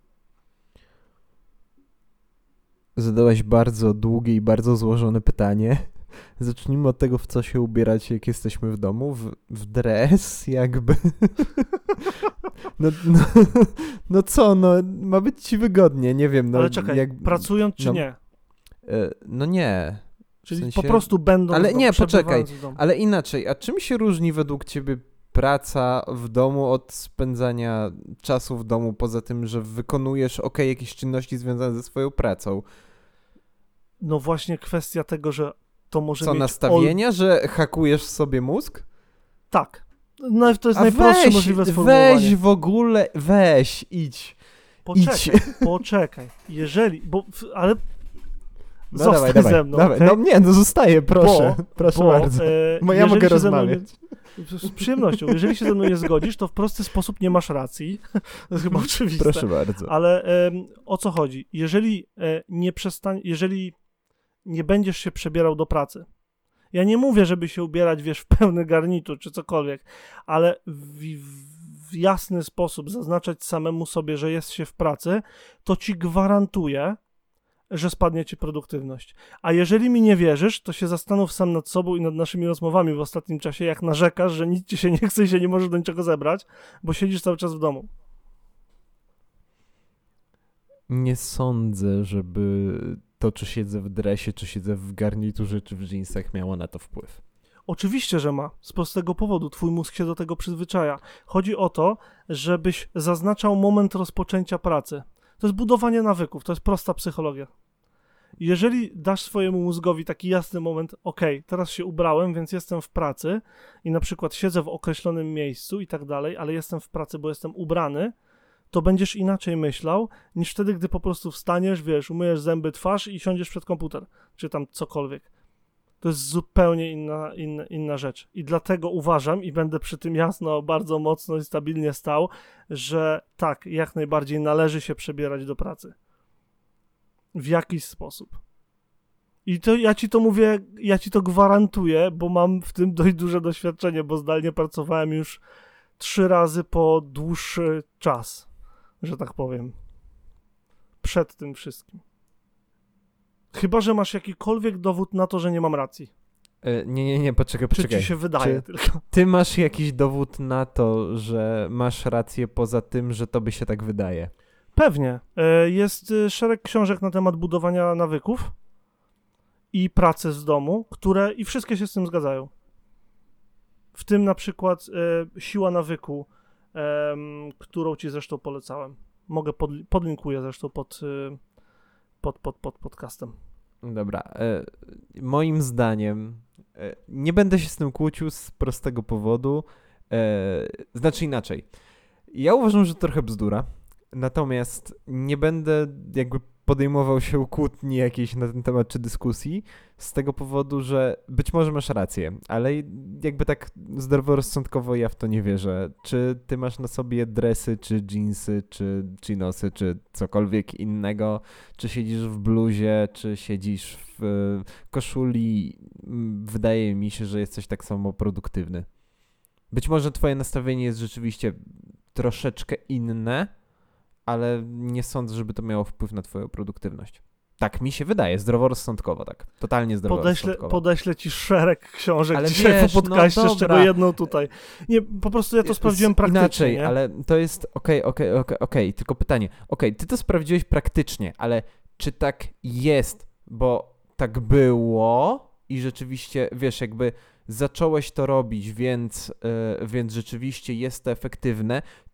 Zadałeś bardzo długie i bardzo złożone pytanie. Zacznijmy od tego, w co się ubierać, jak jesteśmy w domu. W, w dres, jakby. No, no, no co, no ma być ci wygodnie, nie wiem. No, ale czekaj, jak, pracując czy no, nie? No nie. W Czyli sensie, po prostu będąc ale w domu, nie, poczekaj, w domu. Ale inaczej. A czym się różni według ciebie praca w domu od spędzania czasu w domu, poza tym, że wykonujesz ok, jakieś czynności związane ze swoją pracą? No właśnie kwestia tego, że to może Co, mieć... nastawienia, ol... że hakujesz sobie mózg? Tak. No, to jest A najprostsze weź, możliwe sformułowanie. Weź w ogóle, weź, idź. Poczekaj, idź. poczekaj. Jeżeli, bo, ale... No Zostań dawaj, dawaj, ze mną, dawaj. Okay? No nie, no zostaję, proszę. Bo, proszę bo, bardzo. E, bo ja mogę rozmawiać. Nie, z przyjemnością. Jeżeli się ze mną nie zgodzisz, to w prosty sposób nie masz racji. To jest chyba oczywiste. Proszę bardzo. Ale e, o co chodzi? Jeżeli e, nie przestań, jeżeli nie będziesz się przebierał do pracy. Ja nie mówię, żeby się ubierać, wiesz, w pełny garnitur czy cokolwiek, ale w, w jasny sposób zaznaczać samemu sobie, że jest się w pracy, to ci gwarantuję, że spadnie ci produktywność. A jeżeli mi nie wierzysz, to się zastanów sam nad sobą i nad naszymi rozmowami w ostatnim czasie, jak narzekasz, że nic ci się nie chce i się nie możesz do niczego zebrać, bo siedzisz cały czas w domu. Nie sądzę, żeby to, czy siedzę w dresie, czy siedzę w garniturze, czy w dżinsach miało na to wpływ. Oczywiście, że ma. Z prostego powodu. Twój mózg się do tego przyzwyczaja. Chodzi o to, żebyś zaznaczał moment rozpoczęcia pracy. To jest budowanie nawyków, to jest prosta psychologia. Jeżeli dasz swojemu mózgowi taki jasny moment, ok, teraz się ubrałem, więc jestem w pracy i na przykład siedzę w określonym miejscu i tak dalej, ale jestem w pracy, bo jestem ubrany, to będziesz inaczej myślał, niż wtedy, gdy po prostu wstaniesz, wiesz, umyjesz zęby, twarz i siądziesz przed komputer, czy tam cokolwiek. To jest zupełnie inna, inna, inna rzecz. I dlatego uważam, i będę przy tym jasno, bardzo mocno i stabilnie stał, że tak, jak najbardziej należy się przebierać do pracy. W jakiś sposób. I to ja ci to mówię, ja ci to gwarantuję, bo mam w tym dość duże doświadczenie, bo zdalnie pracowałem już trzy razy po dłuższy czas, że tak powiem. Przed tym wszystkim. Chyba że masz jakikolwiek dowód na to, że nie mam racji. E, nie, nie, nie, poczekaj, poczekaj. Czy ci się wydaje Czy tylko? Ty masz jakiś dowód na to, że masz rację poza tym, że tobie się tak wydaje? Pewnie. Jest szereg książek na temat budowania nawyków i pracy z domu, które i wszystkie się z tym zgadzają. W tym na przykład e, Siła nawyku, e, którą ci zresztą polecałem. Mogę, pod, podlinkuję zresztą pod, e, pod, pod, pod podcastem. Dobra. E, moim zdaniem e, nie będę się z tym kłócił z prostego powodu. E, znaczy inaczej. Ja uważam, że to trochę bzdura. Natomiast nie będę jakby podejmował się kłótni jakiejś na ten temat czy dyskusji z tego powodu, że być może masz rację, ale jakby tak zdroworozsądkowo ja w to nie wierzę. Czy ty masz na sobie dresy, czy dżinsy, czy chinosy, czy cokolwiek innego, czy siedzisz w bluzie, czy siedzisz w koszuli, wydaje mi się, że jesteś tak samo produktywny. Być może twoje nastawienie jest rzeczywiście troszeczkę inne, ale nie sądzę, żeby to miało wpływ na twoją produktywność. Tak mi się wydaje, zdroworozsądkowo tak. Totalnie zdroworozsądkowo. Podeślę, podeślę ci szereg książek ale dzisiaj wiesz, po podcaście, no z czego jedną tutaj. Nie, po prostu ja to sprawdziłem praktycznie. Inaczej, nie? ale to jest okej, okay, okej, okay, okej, okay, okej, tylko pytanie. Okej, okay, ty to sprawdziłeś praktycznie, ale czy tak jest, bo tak było i rzeczywiście, wiesz, jakby zacząłeś to robić, więc, yy, więc rzeczywiście jest to efektywne, czy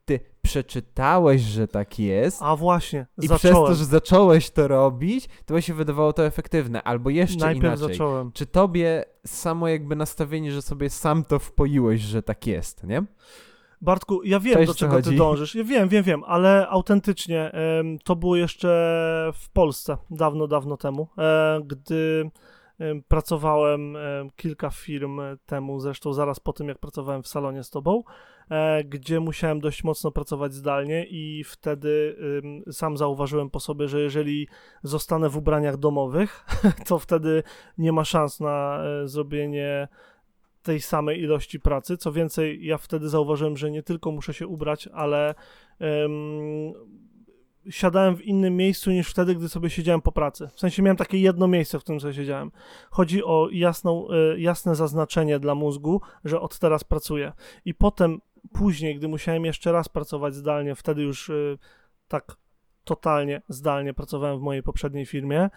ty przeczytałeś, że tak jest. A właśnie, I zacząłem. przez to, że zacząłeś to robić, to by się wydawało to efektywne. Albo jeszcze Najpierw inaczej. zacząłem. Czy tobie samo jakby nastawienie, że sobie sam to wpoiłeś, że tak jest, nie? Bartku, ja wiem, Cześć, do czego chodzi? ty dążysz. Ja wiem, wiem, wiem, ale autentycznie em, to było jeszcze w Polsce, dawno, dawno temu, e, gdy em, pracowałem em, kilka firm temu, zresztą zaraz po tym, jak pracowałem w salonie z tobą, e, gdzie musiałem dość mocno pracować zdalnie i wtedy em, sam zauważyłem po sobie, że jeżeli zostanę w ubraniach domowych, to wtedy nie ma szans na e, zrobienie tej samej ilości pracy. Co więcej, ja wtedy zauważyłem, że nie tylko muszę się ubrać, ale um, siadałem w innym miejscu niż wtedy, gdy sobie siedziałem po pracy. W sensie miałem takie jedno miejsce, w którym sobie siedziałem. Chodzi o jasną, y, jasne zaznaczenie dla mózgu, że od teraz pracuję. I potem, później, gdy musiałem jeszcze raz pracować zdalnie, wtedy już y, tak totalnie zdalnie pracowałem w mojej poprzedniej firmie,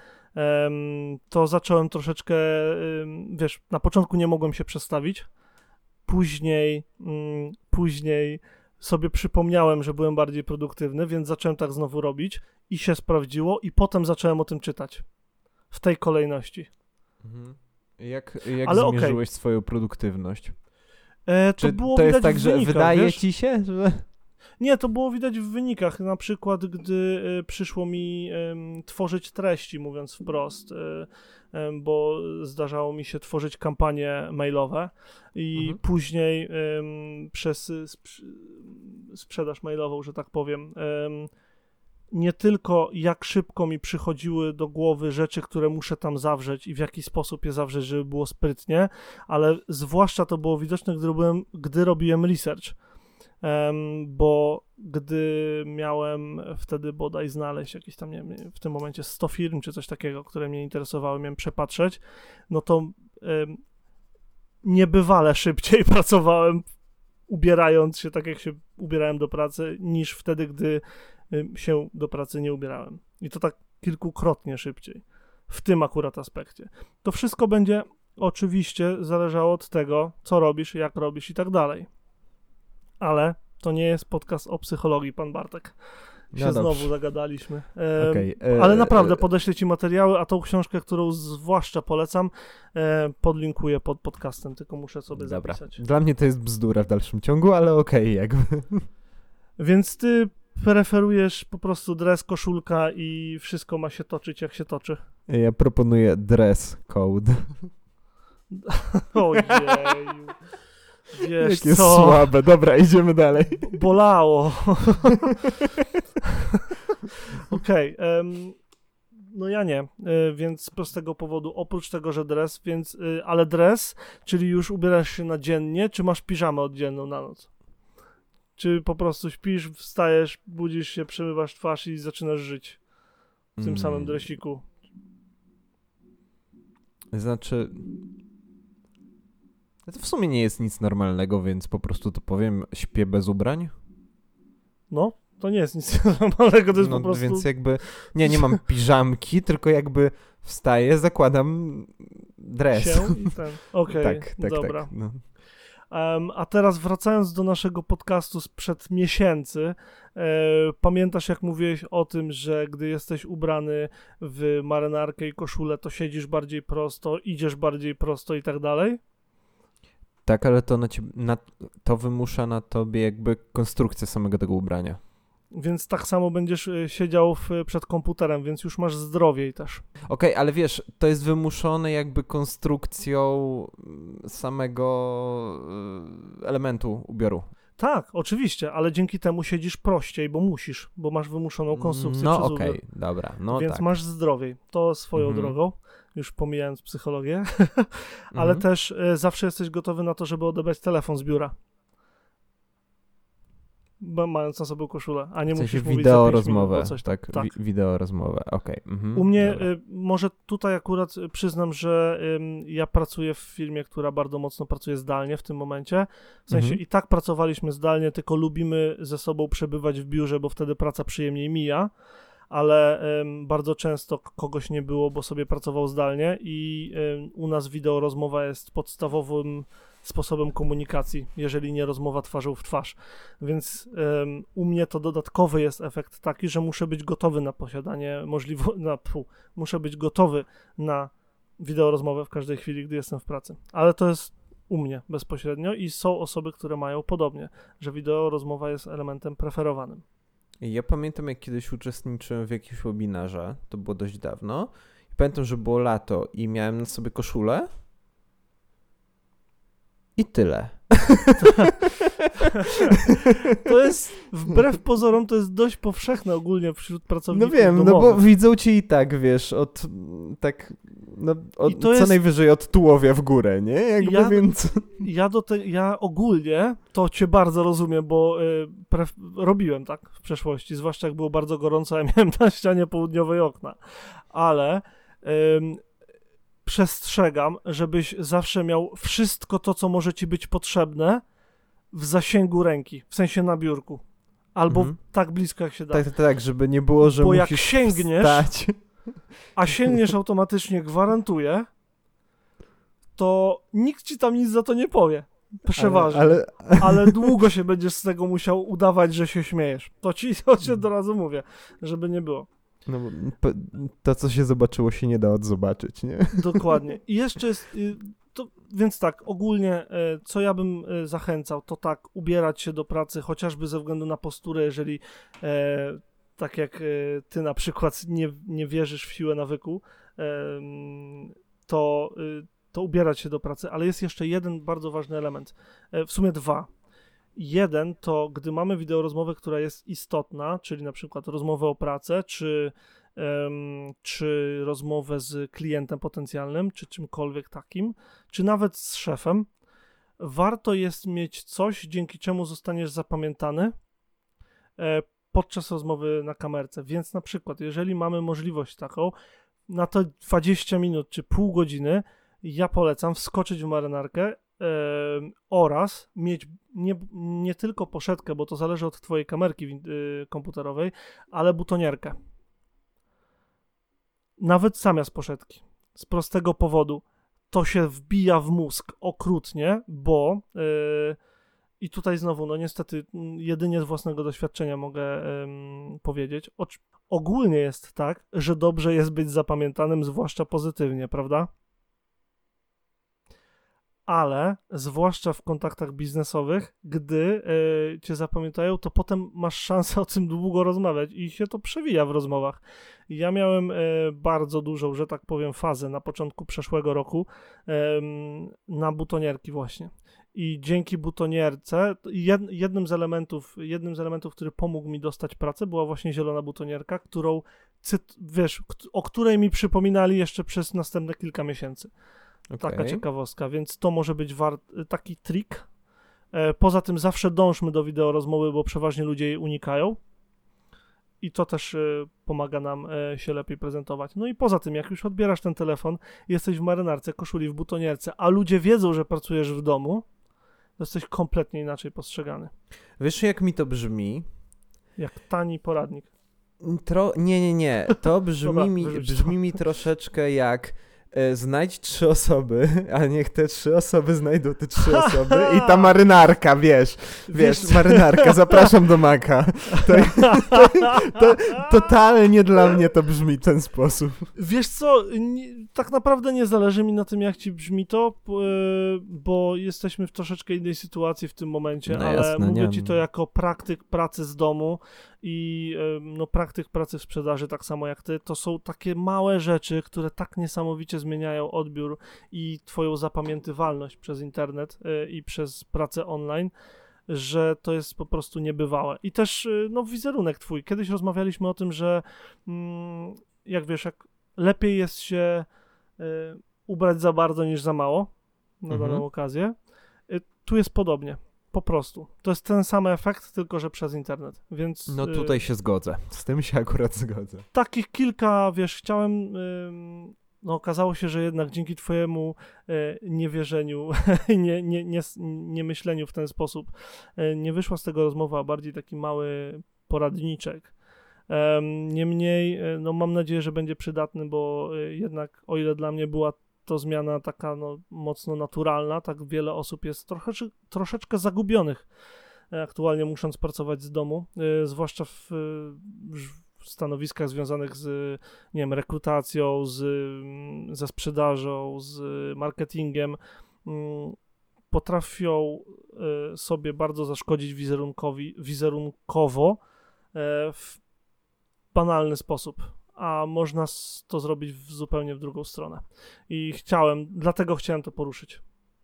to zacząłem troszeczkę, wiesz, na początku nie mogłem się przestawić, później, później sobie przypomniałem, że byłem bardziej produktywny, więc zacząłem tak znowu robić i się sprawdziło i potem zacząłem o tym czytać. W tej kolejności. Mhm. Jak, jak Ale zmierzyłeś okay. swoją produktywność? E, to Czy było to jest widać tak, w że wynikach, wydaje wiesz? ci się, że... Nie, to było widać w wynikach. Na przykład, gdy y, przyszło mi y, tworzyć treści, mówiąc wprost, y, y, bo zdarzało mi się tworzyć kampanie mailowe i mhm. później y, przez sp- sprzedaż mailową, że tak powiem, y, nie tylko jak szybko mi przychodziły do głowy rzeczy, które muszę tam zawrzeć i w jaki sposób je zawrzeć, żeby było sprytnie, ale zwłaszcza to było widoczne, gdy robiłem, gdy robiłem research. Um, bo gdy miałem wtedy bodaj znaleźć jakieś tam, nie wiem, w tym momencie sto firm czy coś takiego, które mnie interesowały, miałem przepatrzeć, no to um, niebywale szybciej pracowałem, ubierając się tak, jak się ubierałem do pracy, niż wtedy, gdy um, się do pracy nie ubierałem. I to tak kilkukrotnie szybciej. W tym akurat aspekcie. To wszystko będzie oczywiście zależało od tego, co robisz, jak robisz i tak dalej. Ale to nie jest podcast o psychologii, pan Bartek. Się no znowu zagadaliśmy. Um, okay, e, ale naprawdę podeślę ci materiały, a tą książkę, którą zwłaszcza polecam, e, podlinkuję pod podcastem, tylko muszę sobie Dobra. zapisać. Dla mnie to jest bzdura w dalszym ciągu, ale okej, okay, jakby. Więc ty preferujesz po prostu dres, koszulka i wszystko ma się toczyć, jak się toczy. Ja proponuję dress code. Ojeju. Wiesz Jakie co? słabe. Dobra, idziemy dalej. Bolało. Okej. Okay, um, no ja nie, y, więc z prostego powodu, oprócz tego, że dres, więc, y, ale dres, czyli już ubierasz się na dziennie, czy masz piżamę oddzielną na noc? Czy po prostu śpisz, wstajesz, budzisz się, przemywasz twarz i zaczynasz żyć w tym mm. samym dresiku? Znaczy... To w sumie nie jest nic normalnego, więc po prostu to powiem, śpię bez ubrań. No, to nie jest nic normalnego, to jest no, po prostu... Więc jakby, nie, nie mam piżamki, tylko jakby wstaję, zakładam dres. Się i ten, okej, okay, tak, tak, dobra. Tak, no. Um, a teraz wracając do naszego podcastu sprzed miesięcy, e, pamiętasz jak mówiłeś o tym, że gdy jesteś ubrany w marynarkę i koszulę, to siedzisz bardziej prosto, idziesz bardziej prosto i tak dalej? Tak, ale to, na ciebie, na, to wymusza na tobie jakby konstrukcję samego tego ubrania. Więc tak samo będziesz siedział w, przed komputerem, więc już masz zdrowiej też. Okej, okay, ale wiesz, to jest wymuszone jakby konstrukcją samego elementu ubioru. Tak, oczywiście, ale dzięki temu siedzisz prościej, bo musisz, bo masz wymuszoną konstrukcję no, przez okay, ubiór. No okej, dobra, no Więc tak. masz zdrowiej, to swoją mm-hmm. drogą, już pomijając psychologię, ale mm-hmm. też y, zawsze jesteś gotowy na to, żeby odebrać telefon z biura. Bo mając na sobie koszulę, a nie w sensie musisz wideo mówić rozmowę, coś tak, tak. Wi- wideo rozmowę, okej. Okay. Mhm, U mnie, y, może tutaj akurat przyznam, że y, ja pracuję w firmie, która bardzo mocno pracuje zdalnie w tym momencie, w sensie mhm. i tak pracowaliśmy zdalnie, tylko lubimy ze sobą przebywać w biurze, bo wtedy praca przyjemniej mija, ale y, bardzo często kogoś nie było, bo sobie pracował zdalnie i y, u nas wideo rozmowa jest podstawowym sposobem komunikacji, jeżeli nie rozmowa twarzą w twarz. Więc um, u mnie to dodatkowy jest efekt taki, że muszę być gotowy na posiadanie możliwości, na, pu, muszę być gotowy na wideorozmowę w każdej chwili, gdy jestem w pracy. Ale to jest u mnie bezpośrednio i są osoby, które mają podobnie, że wideorozmowa jest elementem preferowanym. Ja pamiętam, jak kiedyś uczestniczyłem w jakimś webinarze, to było dość dawno, i pamiętam, że było lato i miałem na sobie koszulę i tyle. To jest, wbrew pozorom, to jest dość powszechne ogólnie wśród pracowników No wiem, domowych. no bo widzą cię i tak, wiesz, od tak, no, od, co jest... najwyżej od tułowia w górę, nie? Jakby, ja, więc... ja, do te, ja ogólnie to cię bardzo rozumiem, bo y, pref, robiłem tak w przeszłości, zwłaszcza jak było bardzo gorąco, ja miałem na ścianie południowej okna, ale... Y, przestrzegam, żebyś zawsze miał wszystko to, co może ci być potrzebne w zasięgu ręki, w sensie na biurku. Albo mhm. tak blisko, jak się da. Tak, tak, tak, żeby nie było, że Bo musisz jak sięgniesz, wstać. a sięgniesz automatycznie, gwarantuję, to nikt ci tam nic za to nie powie. Przeważnie. Ale, ale... ale długo się będziesz z tego musiał udawać, że się śmiejesz. To ci, to ci od razu mówię, żeby nie było. No, to, co się zobaczyło, się nie da odzobaczyć, nie? Dokładnie. I jeszcze jest, to, więc tak, ogólnie, co ja bym zachęcał, to tak, ubierać się do pracy, chociażby ze względu na posturę, jeżeli e, tak jak ty na przykład nie, nie wierzysz w siłę nawyku, e, to, to ubierać się do pracy, ale jest jeszcze jeden bardzo ważny element, e, w sumie dwa. Jeden to, gdy mamy wideorozmowę, która jest istotna, czyli na przykład rozmowę o pracę, czy, um, czy rozmowę z klientem potencjalnym, czy czymkolwiek takim, czy nawet z szefem, warto jest mieć coś, dzięki czemu zostaniesz zapamiętany e, podczas rozmowy na kamerce. Więc na przykład, jeżeli mamy możliwość taką, na to dwadzieścia minut czy pół godziny, ja polecam wskoczyć w marynarkę, Yy, oraz mieć nie, nie tylko poszetkę, bo to zależy od twojej kamerki yy, komputerowej, ale butonierkę. Nawet zamiast poszetki. Z prostego powodu. To się wbija w mózg okrutnie, bo yy, i tutaj znowu, no niestety jedynie z własnego doświadczenia mogę yy, powiedzieć. O, ogólnie jest tak, że dobrze jest być zapamiętanym, zwłaszcza pozytywnie, prawda? Ale zwłaszcza w kontaktach biznesowych, gdy y, cię zapamiętają, to potem masz szansę o tym długo rozmawiać i się to przewija w rozmowach. Ja miałem y, bardzo dużą, że tak powiem, fazę na początku przeszłego roku y, na butonierki właśnie. I dzięki butonierce, jed, jednym z elementów, jednym z elementów, który pomógł mi dostać pracę, była właśnie zielona butonierka, którą, cyt, wiesz, o której mi przypominali jeszcze przez następne kilka miesięcy. Okay. Taka ciekawostka, więc to może być wart, taki trik. E, poza tym zawsze dążmy do wideorozmowy, bo przeważnie ludzie jej unikają i to też e, pomaga nam e, się lepiej prezentować. No i poza tym, jak już odbierasz ten telefon, jesteś w marynarce, koszuli, w butonierce, a ludzie wiedzą, że pracujesz w domu, to jesteś kompletnie inaczej postrzegany. Wiesz, jak mi to brzmi? Jak tani poradnik. Tro... Nie, nie, nie. To brzmi, Dobra, mi, brzmi mi troszeczkę jak... Znajdź trzy osoby, a niech te trzy osoby znajdą te trzy osoby i ta marynarka, wiesz, wiesz, wiesz marynarka, zapraszam do Maka. To, to, to, totalnie dla mnie to brzmi w ten sposób. Wiesz co, nie, tak naprawdę nie zależy mi na tym, jak ci brzmi to, bo jesteśmy w troszeczkę innej sytuacji w tym momencie, no ale jasne, mówię nie. ci to jako praktyk pracy z domu i no, praktyk pracy w sprzedaży, tak samo jak ty, to są takie małe rzeczy, które tak niesamowicie zmieniają odbiór i twoją zapamiętywalność przez internet y, i przez pracę online, że to jest po prostu niebywałe. I też y, no, wizerunek twój. Kiedyś rozmawialiśmy o tym, że mm, jak wiesz, jak lepiej jest się y, ubrać za bardzo niż za mało na mhm. daną okazję. Y, tu jest podobnie. Po prostu. To jest ten sam efekt, tylko że przez internet, więc... No tutaj y, się zgodzę. Z tym się akurat zgodzę. Takich kilka, wiesz, chciałem... Y, no okazało się, że jednak dzięki twojemu y, niewierzeniu, nie, nie, nie, nie myśleniu w ten sposób, y, nie wyszła z tego rozmowa, a bardziej taki mały poradniczek. Um, niemniej, y, no mam nadzieję, że będzie przydatny, bo y, jednak o ile dla mnie była to zmiana taka no, mocno naturalna, tak wiele osób jest trochę, troszeczkę zagubionych aktualnie musząc pracować z domu, yy, zwłaszcza w, w stanowiskach związanych z, nie wiem, rekrutacją, z, ze sprzedażą, z marketingiem, yy, potrafią yy, sobie bardzo zaszkodzić wizerunkowi, wizerunkowo yy, w banalny sposób, a można to zrobić w zupełnie w drugą stronę. I chciałem, dlatego chciałem to poruszyć.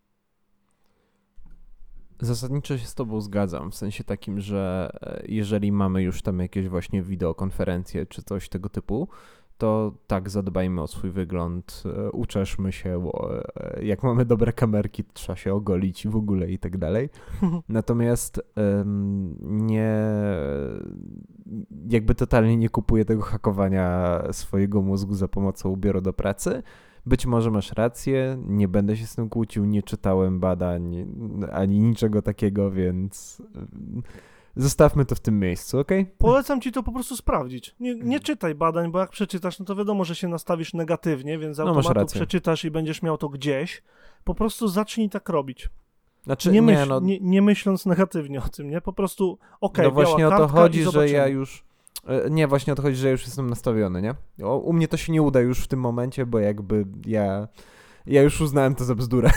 Zasadniczo się z tobą zgadzam, w sensie takim, że jeżeli mamy już tam jakieś właśnie wideokonferencje czy coś tego typu, to tak, zadbajmy o swój wygląd, uczeszmy się, bo jak mamy dobre kamerki, to trzeba się ogolić i w ogóle i tak dalej. Natomiast um, nie, jakby totalnie nie kupuję tego hakowania swojego mózgu za pomocą biura do pracy. Być może masz rację, nie będę się z tym kłócił, nie czytałem badań ani niczego takiego, więc zostawmy to w tym miejscu, okej? Okay? Polecam ci to po prostu sprawdzić. Nie, nie czytaj badań, bo jak przeczytasz, no to wiadomo, że się nastawisz negatywnie, więc z automatu no przeczytasz i będziesz miał to gdzieś. Po prostu zacznij tak robić. Znaczy, nie, nie, myśl, no... nie, nie myśląc negatywnie o tym, nie? Po prostu okej, okay, no właśnie o to chodzi, że ja już... już... Nie, właśnie o to chodzi, że ja już jestem nastawiony, nie? O, u mnie to się nie uda już w tym momencie, bo jakby ja... Ja już uznałem to za bzdurę.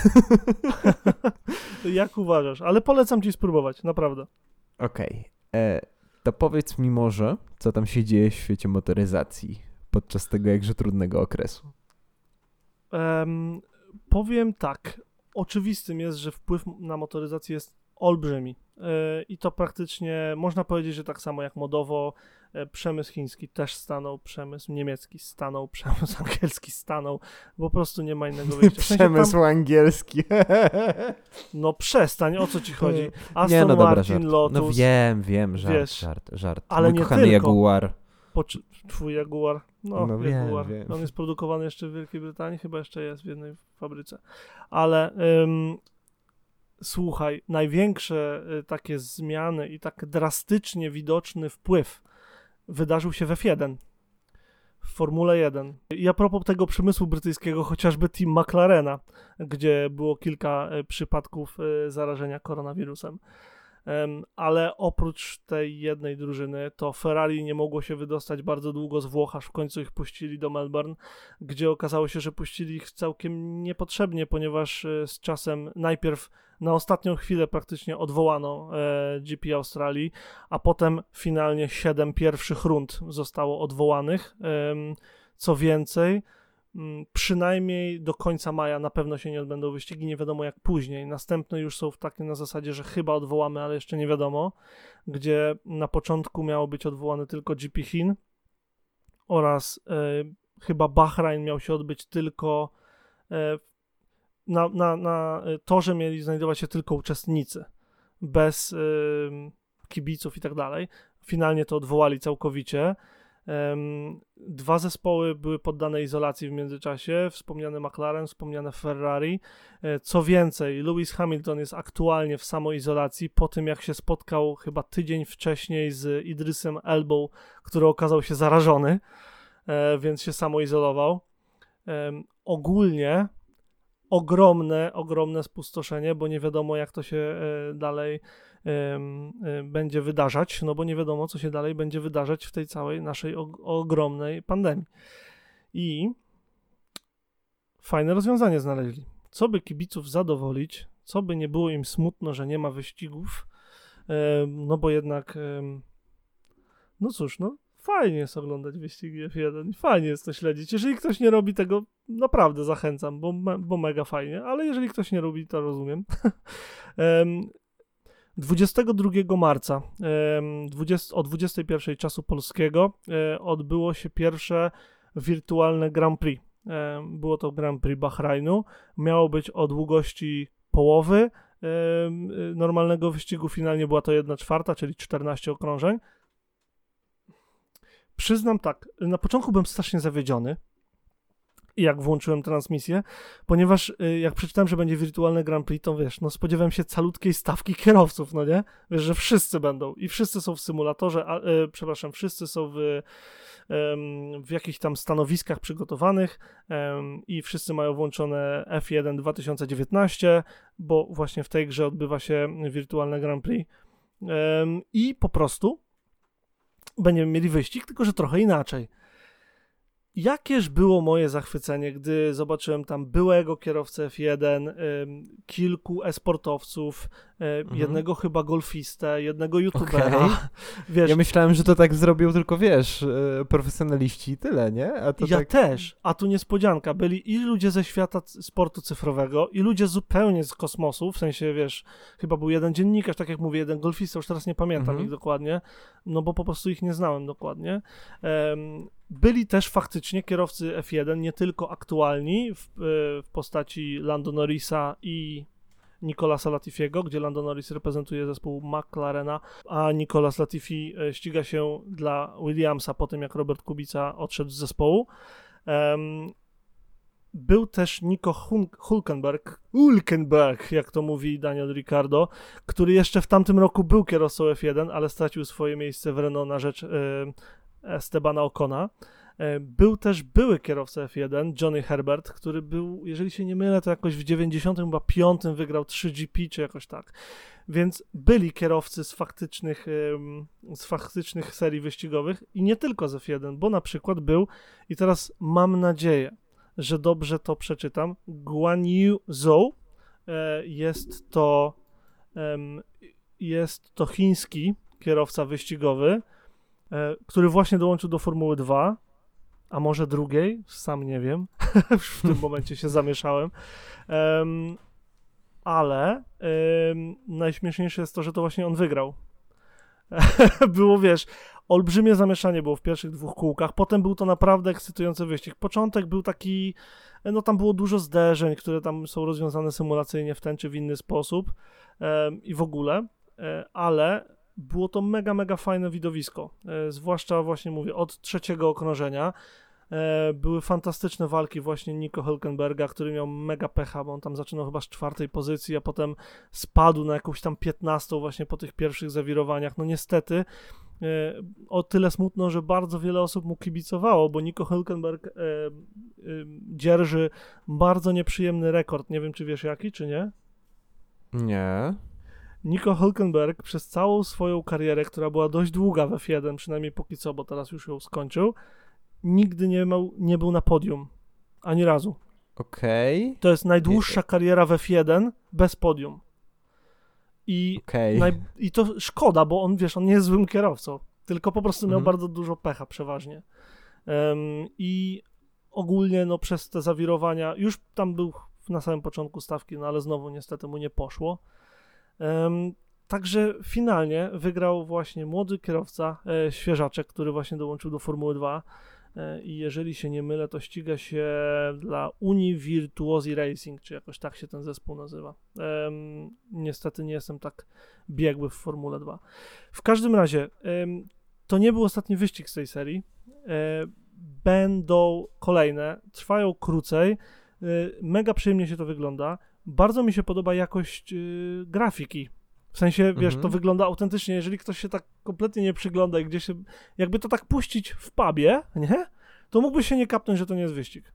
Jak uważasz? Ale polecam ci spróbować, naprawdę. Okej. Okay. To powiedz mi może, co tam się dzieje w świecie motoryzacji podczas tego jakże trudnego okresu. Um, powiem tak. Oczywistym jest, że wpływ na motoryzację jest olbrzymi. Yy, I to praktycznie, można powiedzieć, że tak samo jak modowo, yy, przemysł chiński też stanął, przemysł niemiecki stanął, przemysł angielski stanął, po prostu nie ma innego wyjścia. W sensie przemysł tam... angielski. No przestań, o co ci chodzi? Aston nie, no dobra, Martin, żart. Lotus. No wiem, wiem, żart, wiesz, żart, żart. Ale Mój nie kochany tylko. Jaguar. Poczy... Twój Jaguar. No, no Jaguar. Wiem, wiem. On jest produkowany jeszcze w Wielkiej Brytanii, chyba jeszcze jest w jednej fabryce. Ale... Ym... Słuchaj, największe y, takie zmiany i tak drastycznie widoczny wpływ wydarzył się w F jeden, w Formule jeden. I a propos tego przemysłu brytyjskiego, chociażby Team McLarena, gdzie było kilka y, przypadków y, zarażenia koronawirusem. Um, ale oprócz tej jednej drużyny, to Ferrari nie mogło się wydostać bardzo długo z Włoch, aż w końcu ich puścili do Melbourne, gdzie okazało się, że puścili ich całkiem niepotrzebnie, ponieważ y, z czasem najpierw na ostatnią chwilę praktycznie odwołano e, G P Australii, a potem finalnie siedem pierwszych rund zostało odwołanych. E, co więcej, m, przynajmniej do końca maja na pewno się nie odbędą wyścigi, nie wiadomo jak później. Następne już są w takiej na zasadzie, że chyba odwołamy, ale jeszcze nie wiadomo, gdzie na początku miało być odwołane tylko G P Chin oraz e, chyba Bahrain miał się odbyć tylko e, Na, na, na torze mieli znajdować się tylko uczestnicy, bez y, kibiców i tak dalej. Finalnie to odwołali całkowicie. Um, dwa zespoły były poddane izolacji w międzyczasie, wspomniane McLaren, wspomniane Ferrari. E, co więcej, Lewis Hamilton jest aktualnie w samoizolacji po tym, jak się spotkał chyba tydzień wcześniej z Idrysem Elbą, który okazał się zarażony, e, więc się samoizolował. E, ogólnie ogromne, ogromne spustoszenie, bo nie wiadomo, jak to się e, dalej e, e, będzie wydarzać, no bo nie wiadomo, co się dalej będzie wydarzać w tej całej naszej og- ogromnej pandemii. I fajne rozwiązanie znaleźli. Co by kibiców zadowolić, co by nie było im smutno, że nie ma wyścigów, e, no bo jednak e, no cóż, no fajnie jest oglądać wyścigi F jeden i fajnie jest to śledzić. Jeżeli ktoś nie robi tego, naprawdę zachęcam, bo, me, bo mega fajnie, ale jeżeli ktoś nie robi, to rozumiem. dwudziestego drugiego marca dwudziestego, o dwudziestej pierwszej czasu polskiego odbyło się pierwsze wirtualne Grand Prix. Było to Grand Prix Bahrainu. Miało być o długości połowy normalnego wyścigu. Finalnie była to jedna czwarta, czyli czternaście okrążeń. Przyznam tak, na początku byłem strasznie zawiedziony jak włączyłem transmisję, ponieważ jak przeczytałem, że będzie wirtualne Grand Prix, to wiesz, no spodziewałem się calutkiej stawki kierowców, no nie? Wiesz, że wszyscy będą i wszyscy są w symulatorze, a, e, przepraszam, wszyscy są w, e, w jakichś tam stanowiskach przygotowanych e, i wszyscy mają włączone F jeden dwa tysiące dziewiętnaście, bo właśnie w tej grze odbywa się wirtualne Grand Prix e, i po prostu będziemy mieli wyścig, tylko że trochę inaczej. Jakież było moje zachwycenie, gdy zobaczyłem tam byłego kierowcę F jeden, ym, kilku e-sportowców, y, mhm. jednego chyba golfistę, jednego youtubera. Okay. Wiesz, ja myślałem, że to tak zrobił tylko, wiesz, y, profesjonaliści i tyle, nie? A to ja tak... też, a tu niespodzianka. Byli i ludzie ze świata sportu cyfrowego, i ludzie zupełnie z kosmosu, w sensie, wiesz, chyba był jeden dziennikarz, tak jak mówię, jeden golfista, już teraz nie pamiętam mhm. ich dokładnie, no bo po prostu ich nie znałem dokładnie. Um, Byli też faktycznie kierowcy F jeden, nie tylko aktualni w, w postaci Lando Norrisa i Nicolasa Latifiego, gdzie Lando Norris reprezentuje zespół McLarena, a Nicolas Latifi ściga się dla Williamsa po tym, jak Robert Kubica odszedł z zespołu. Um, był też Nico Hülkenberg, Hülkenberg, jak to mówi Daniel Ricciardo, który jeszcze w tamtym roku był kierowcą F jeden, ale stracił swoje miejsce w Renault na rzecz y, Estebana Ocona. Był też były kierowca F jeden, Johnny Herbert, który był, jeżeli się nie mylę, to jakoś w dziewięćdziesiątym piątym wygrał trzy G P, czy jakoś tak. Więc byli kierowcy z faktycznych, z faktycznych serii wyścigowych i nie tylko z F jeden, bo na przykład był, i teraz mam nadzieję, że dobrze to przeczytam, Guan Yu Zhou. Jest to, jest to chiński kierowca wyścigowy, który właśnie dołączył do Formuły dwa, a może drugiej, sam nie wiem, w tym momencie się zamieszałem, um, ale um, najśmieszniejsze jest to, że to właśnie on wygrał. Było, wiesz, olbrzymie zamieszanie było w pierwszych dwóch kółkach, potem był to naprawdę ekscytujący wyścig. Początek był taki, no tam było dużo zderzeń, które tam są rozwiązane symulacyjnie w ten czy w inny sposób um, i w ogóle, um, ale było to mega, mega fajne widowisko, e, zwłaszcza właśnie mówię, od trzeciego okrążenia e, były fantastyczne walki właśnie Nico Hülkenberga, który miał mega pecha, bo on tam zaczynał chyba z czwartej pozycji, a potem spadł na jakąś tam piętnastą właśnie po tych pierwszych zawirowaniach. No niestety e, o tyle smutno, że bardzo wiele osób mu kibicowało, bo Nico Hülkenberg e, e, dzierży bardzo nieprzyjemny rekord, nie wiem czy wiesz jaki, czy nie? Nie. Nico Hülkenberg przez całą swoją karierę, która była dość długa w F jeden, przynajmniej póki co, bo teraz już ją skończył, nigdy nie, miał, nie był na podium. Ani razu. Okej. Okay. To jest najdłuższa kariera w F jeden bez podium. I, okay. naj, I to szkoda, bo on, wiesz, on nie jest złym kierowcą, tylko po prostu miał mm-hmm. bardzo dużo pecha przeważnie. Um, I ogólnie, no przez te zawirowania, już tam był na samym początku stawki, no ale znowu niestety mu nie poszło. Um, także finalnie wygrał właśnie młody kierowca, e, świeżaczek, który właśnie dołączył do Formuły dwa e, i jeżeli się nie mylę, to ściga się dla Uni Virtuosi Racing, czy jakoś tak się ten zespół nazywa. Um, niestety nie jestem tak biegły w Formule dwa. W każdym razie um, to nie był ostatni wyścig z tej serii. E, będą kolejne, trwają krócej. E, mega przyjemnie się to wygląda. Bardzo mi się podoba jakość yy, grafiki. W sensie, wiesz, mhm. to wygląda autentycznie. Jeżeli ktoś się tak kompletnie nie przygląda i gdzieś się, jakby to tak puścić w pubie, nie? To mógłby się nie kapnąć, że to nie jest wyścig.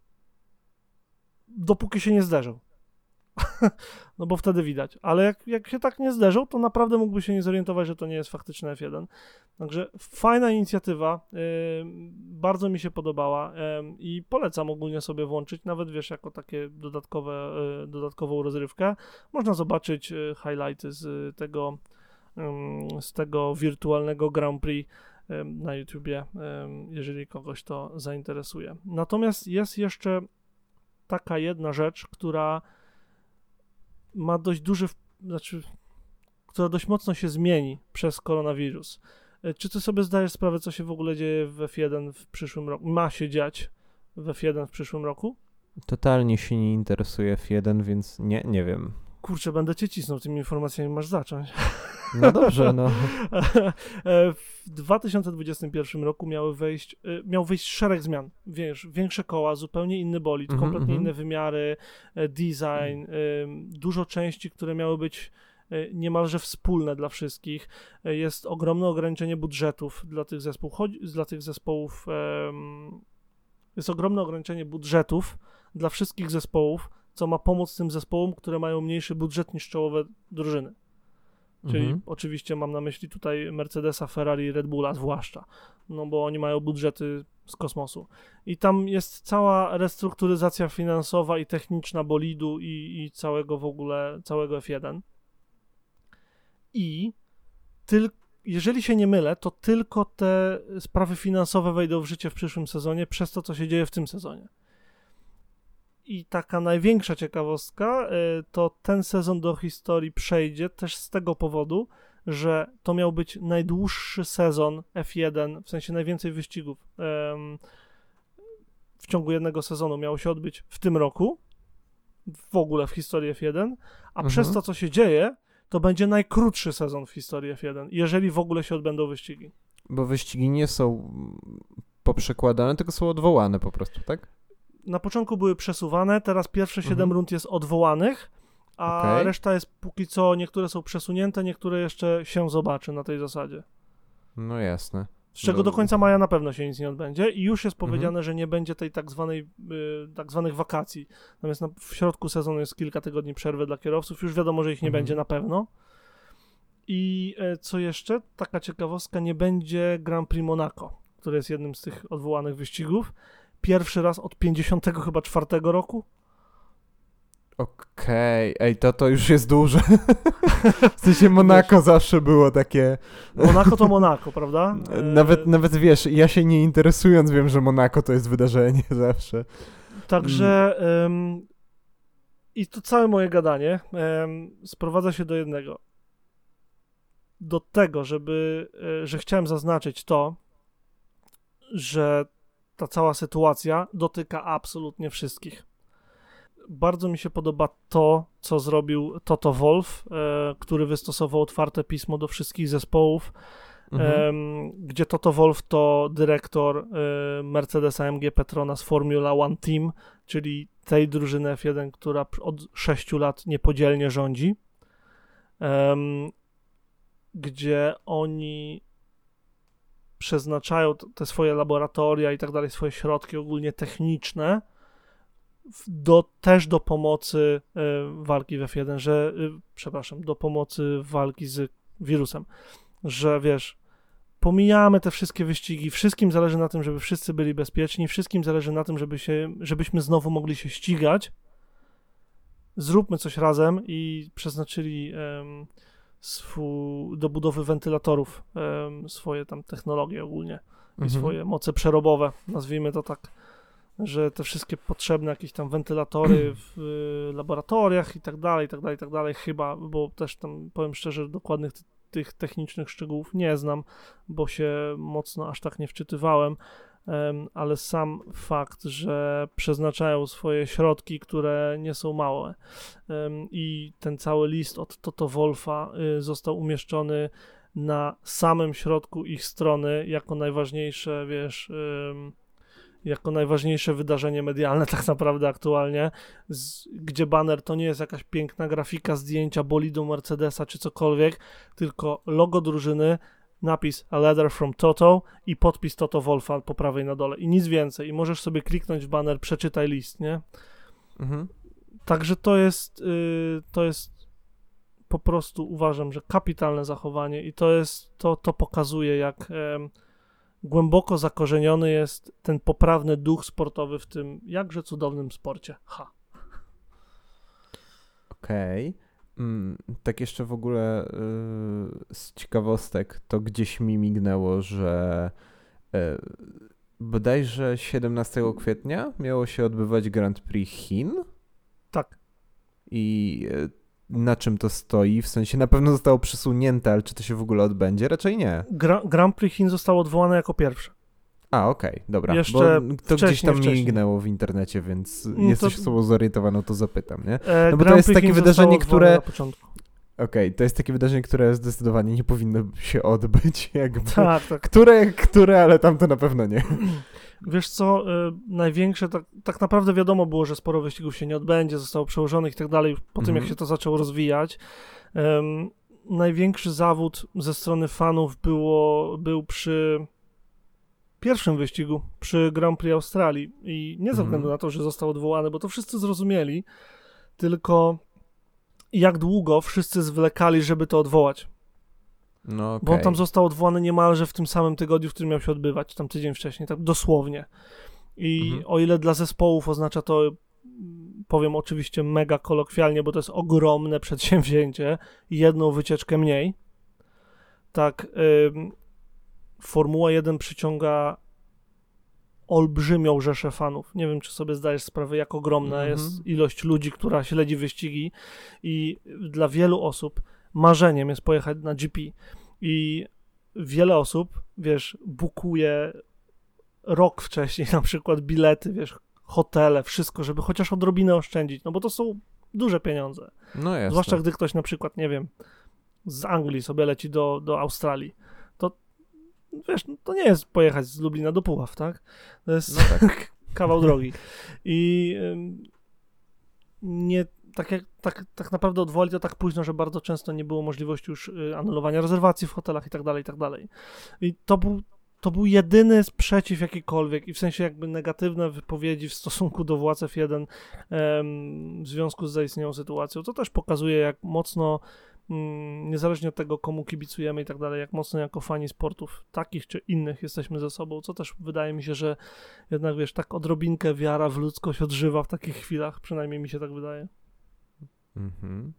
Dopóki się nie zderzą. No bo wtedy widać. Ale jak, jak się tak nie zderzą, to naprawdę mógłby się nie zorientować, że to nie jest faktyczny F jeden. Także fajna inicjatywa. Yy, bardzo mi się podobała yy, i polecam ogólnie sobie włączyć, nawet wiesz, jako takie dodatkowe, yy, dodatkową rozrywkę. Można zobaczyć yy, highlighty z tego, yy, z tego wirtualnego Grand Prix yy, na YouTubie, yy, jeżeli kogoś to zainteresuje. Natomiast jest jeszcze taka jedna rzecz, która ma dość duży, znaczy, która dość mocno się zmieni przez koronawirus. Czy ty sobie zdajesz sprawę, co się w ogóle dzieje w F jeden w przyszłym roku? Ma się dziać w F jeden w przyszłym roku? Totalnie się nie interesuje F jeden, więc nie, nie wiem. Kurczę, będę cię cisnął, tymi informacjami masz zacząć. No dobrze, no. W dwa tysiące dwudziestym pierwszym roku miały wejść, miał wejść szereg zmian. Wiesz, większe koła, zupełnie inny bolid, mm-hmm, kompletnie mm-hmm. inne wymiary, design, dużo części, które miały być niemalże wspólne dla wszystkich. Jest ogromne ograniczenie budżetów dla tych zespołów. Dla tych zespołów jest ogromne ograniczenie budżetów dla wszystkich zespołów, co ma pomóc tym zespołom, które mają mniejszy budżet niż czołowe drużyny. Czyli mhm. oczywiście mam na myśli tutaj Mercedesa, Ferrari, Red Bulla zwłaszcza, no bo oni mają budżety z kosmosu. I tam jest cała restrukturyzacja finansowa i techniczna bolidu i, i całego w ogóle, całego F jeden. I tyl, jeżeli się nie mylę, to tylko te sprawy finansowe wejdą w życie w przyszłym sezonie przez to, co się dzieje w tym sezonie. I taka największa ciekawostka, to ten sezon do historii przejdzie też z tego powodu, że to miał być najdłuższy sezon F jeden, w sensie najwięcej wyścigów w ciągu jednego sezonu miało się odbyć w tym roku, w ogóle w historii F jeden, a mhm. przez to, co się dzieje, to będzie najkrótszy sezon w historii F jeden, jeżeli w ogóle się odbędą wyścigi. Bo wyścigi nie są poprzekładane, tylko są odwołane po prostu, tak? Na początku były przesuwane, teraz pierwsze siedem mhm. rund jest odwołanych, a okay. reszta jest póki co, niektóre są przesunięte, niektóre jeszcze się zobaczy na tej zasadzie. No jasne. Z czego no. do końca maja na pewno się nic nie odbędzie i już jest powiedziane, mhm. że nie będzie tej tak zwanej, y, tak zwanych wakacji. Natomiast na, w środku sezonu jest kilka tygodni przerwy dla kierowców, już wiadomo, że ich nie mhm. będzie na pewno. I y, co jeszcze? Taka ciekawostka, nie będzie Grand Prix Monaco, który jest jednym z tych odwołanych wyścigów. Pierwszy raz od pięćdziesiątego chyba czwartego roku. Okej, okay. Ej, to to już jest duże. W sensie Monako wiesz, zawsze było takie... Monako to Monako, prawda? Nawet, e... nawet wiesz, ja się nie interesując wiem, że Monako to jest wydarzenie zawsze. Także um, i to całe moje gadanie um, sprowadza się do jednego. Do tego, żeby, że chciałem zaznaczyć to, że ta cała sytuacja dotyka absolutnie wszystkich. Bardzo mi się podoba to, co zrobił Toto Wolff, e, który wystosował otwarte pismo do wszystkich zespołów, mhm. e, gdzie Toto Wolff to dyrektor e, Mercedesa M G Petronas Formula One Team, czyli tej drużyny F jeden, która od sześciu lat niepodzielnie rządzi, e, gdzie oni przeznaczają te swoje laboratoria i tak dalej, swoje środki ogólnie techniczne do, też do pomocy y, walki w F jeden, że, y, przepraszam, do pomocy walki z wirusem, że wiesz, pomijamy te wszystkie wyścigi, wszystkim zależy na tym, żeby wszyscy byli bezpieczni, wszystkim zależy na tym, żeby się, żebyśmy znowu mogli się ścigać, zróbmy coś razem i przeznaczyli um, swój, do budowy wentylatorów um, swoje tam technologie ogólnie mhm. i swoje moce przerobowe, nazwijmy to tak, że te wszystkie potrzebne jakieś tam wentylatory w y, laboratoriach i tak dalej, i tak dalej, i tak dalej, chyba, bo też tam, powiem szczerze, dokładnych t- tych technicznych szczegółów nie znam, bo się mocno aż tak nie wczytywałem, um, ale sam fakt, że przeznaczają swoje środki, które nie są małe um, i ten cały list od Toto Wolffa y, został umieszczony na samym środku ich strony jako najważniejsze, wiesz, y, jako najważniejsze wydarzenie medialne tak naprawdę aktualnie, z, gdzie baner to nie jest jakaś piękna grafika, zdjęcia bolidu Mercedesa czy cokolwiek, tylko logo drużyny, napis A Letter from Toto i podpis Toto Wolffa po prawej na dole i nic więcej. I możesz sobie kliknąć w baner, przeczytaj list, nie? Mhm. Także to jest, yy, to jest po prostu, uważam, że kapitalne zachowanie i to jest, to, to pokazuje, jak yy, głęboko zakorzeniony jest ten poprawny duch sportowy w tym jakże cudownym sporcie. Ha. Okej. Okay. Mm, tak jeszcze w ogóle yy, z ciekawostek to gdzieś mi mignęło, że yy, bodajże siedemnastego kwietnia miało się odbywać Grand Prix Chin. Tak. I yy, na czym to stoi? W sensie na pewno zostało przesunięte, ale czy to się w ogóle odbędzie? Raczej nie. Gra- Grand Prix Chin zostało odwołane jako pierwsze. A, okej, okay, dobra. Jeszcze bo to gdzieś tam mi mignęło w internecie, więc no jesteś to... osobą zorientowaną, to zapytam, nie? No bo to jest takie wydarzenie, które... Okej, okay, to jest takie wydarzenie, które zdecydowanie nie powinno się odbyć, jakby. Tak, tak. Które, które, ale tamto na pewno nie. Wiesz co, y, największe, tak, tak naprawdę wiadomo było, że sporo wyścigów się nie odbędzie, zostało przełożonych i tak dalej, po mm-hmm. tym jak się to zaczęło rozwijać. Um, największy zawód ze strony fanów było, był przy pierwszym wyścigu, przy Grand Prix Australii i nie ze względu mm-hmm. na to, że został odwołany, bo to wszyscy zrozumieli, tylko jak długo wszyscy zwlekali, żeby to odwołać. No, okay. Bo on tam został odwołany niemalże w tym samym tygodniu, w którym miał się odbywać, tam tydzień wcześniej, tak dosłownie. I mhm. o ile dla zespołów oznacza to, powiem oczywiście mega kolokwialnie, bo to jest ogromne przedsięwzięcie, jedną wycieczkę mniej, tak ym, Formuła jeden przyciąga olbrzymią rzeszę fanów. Nie wiem, czy sobie zdajesz sprawę, jak ogromna mhm. jest ilość ludzi, która śledzi wyścigi i dla wielu osób marzeniem jest pojechać na G P i wiele osób, wiesz, bukuje rok wcześniej na przykład bilety, wiesz, hotele, wszystko, żeby chociaż odrobinę oszczędzić, no bo to są duże pieniądze. No jasne. Zwłaszcza gdy ktoś na przykład, nie wiem, z Anglii sobie leci do, do Australii, to wiesz, no, to nie jest pojechać z Lublina do Puław, tak? To jest no tak. kawał drogi. I ym, nie Tak, jak, tak, tak naprawdę odwołali to tak późno, że bardzo często nie było możliwości już y, anulowania rezerwacji w hotelach i tak dalej, i tak dalej. I to był, to był jedyny sprzeciw jakikolwiek i w sensie jakby negatywne wypowiedzi w stosunku do władz F jeden em, w związku z zaistniałą sytuacją. To też pokazuje, jak mocno, mm, niezależnie od tego, komu kibicujemy i tak dalej, jak mocno jako fani sportów takich czy innych jesteśmy ze sobą, co też wydaje mi się, że jednak, wiesz, tak odrobinkę wiara w ludzkość odżywa w takich chwilach, przynajmniej mi się tak wydaje. Mhm.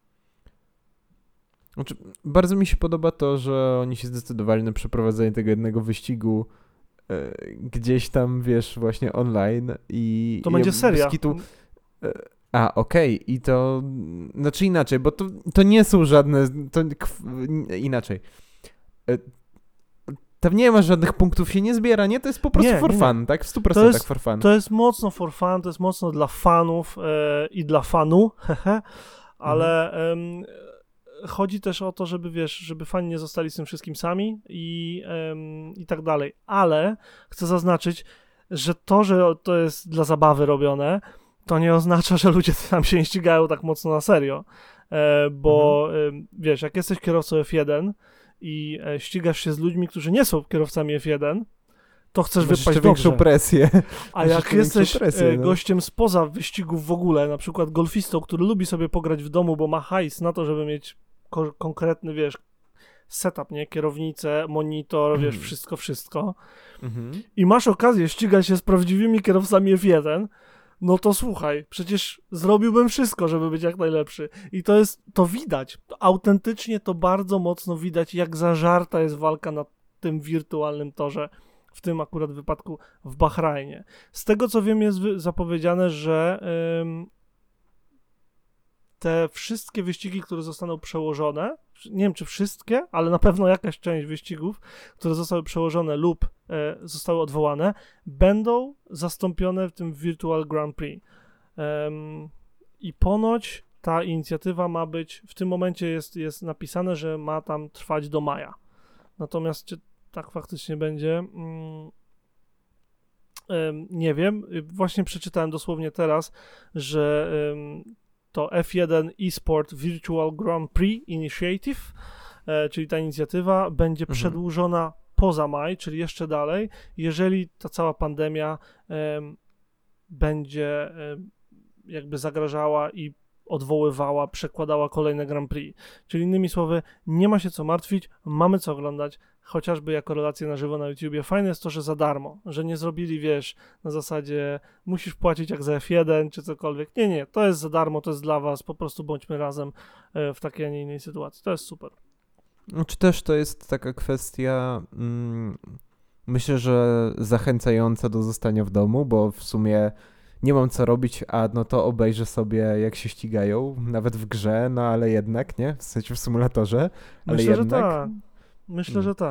Znaczy, bardzo mi się podoba to, że oni się zdecydowali na przeprowadzenie tego jednego wyścigu e, gdzieś tam, wiesz, właśnie online i... To będzie seria. Skitu, e, a, okej, okay. I to... Znaczy inaczej, bo to, to nie są żadne... To, inaczej. E, tam nie ma żadnych punktów, się nie zbiera, nie? To jest po prostu nie, for nie, fun, nie. tak? W stu procentach to jest, for fun. To jest mocno for fun, to jest mocno dla fanów e, i dla fanu, hehe, ale mhm. em, chodzi też o to, żeby, wiesz, żeby fani nie zostali z tym wszystkim sami i, em, i tak dalej, ale chcę zaznaczyć, że to, że to jest dla zabawy robione, to nie oznacza, że ludzie tam się nie ścigają tak mocno na serio, e, bo mhm. e, wiesz, jak jesteś kierowcą F jeden i e, ścigasz się z ludźmi, którzy nie są kierowcami F jeden, to chcesz wypaść dobrze. większą presję. A jak jesteś presję, no. gościem spoza wyścigów w ogóle, na przykład golfistą, który lubi sobie pograć w domu, bo ma hajs na to, żeby mieć ko- konkretny, wiesz, setup, nie? Kierownicę, monitor, mm. wiesz, wszystko, wszystko. Mm-hmm. I masz okazję ścigać się z prawdziwymi kierowcami F jeden, no to słuchaj, przecież zrobiłbym wszystko, żeby być jak najlepszy. I to jest, to widać, autentycznie to bardzo mocno widać, jak zażarta jest walka na tym wirtualnym torze, w tym akurat wypadku w Bahrajnie. Z tego, co wiem, jest zapowiedziane, że ym, te wszystkie wyścigi, które zostaną przełożone, nie wiem, czy wszystkie, ale na pewno jakaś część wyścigów, które zostały przełożone lub e, zostały odwołane, będą zastąpione w tym Virtual Grand Prix. Ym, I ponoć ta inicjatywa ma być, w tym momencie jest, jest napisane, że ma tam trwać do maja. Natomiast czy tak faktycznie będzie, mm, ym, nie wiem. Właśnie przeczytałem dosłownie teraz, że ym, to F jeden eSport Virtual Grand Prix Initiative, e, czyli ta inicjatywa, będzie mhm. przedłużona poza maj, czyli jeszcze dalej, jeżeli ta cała pandemia e, będzie e, jakby zagrażała i odwoływała, przekładała kolejne Grand Prix. Czyli innymi słowy, nie ma się co martwić, mamy co oglądać, chociażby jako relacje na żywo na YouTubie. Fajne jest to, że za darmo, że nie zrobili, wiesz, na zasadzie musisz płacić jak za F jeden czy cokolwiek. Nie, nie, to jest za darmo, to jest dla was, po prostu bądźmy razem w takiej, a nie innej sytuacji. To jest super. No, czy też to jest taka kwestia, mm, myślę, że zachęcająca do zostania w domu, bo w sumie nie mam co robić, a no to obejrzę sobie, jak się ścigają, nawet w grze, no ale jednak, nie? W sensie w symulatorze, ale Myślę, jednak. że tak. Myślę, hmm. że tak.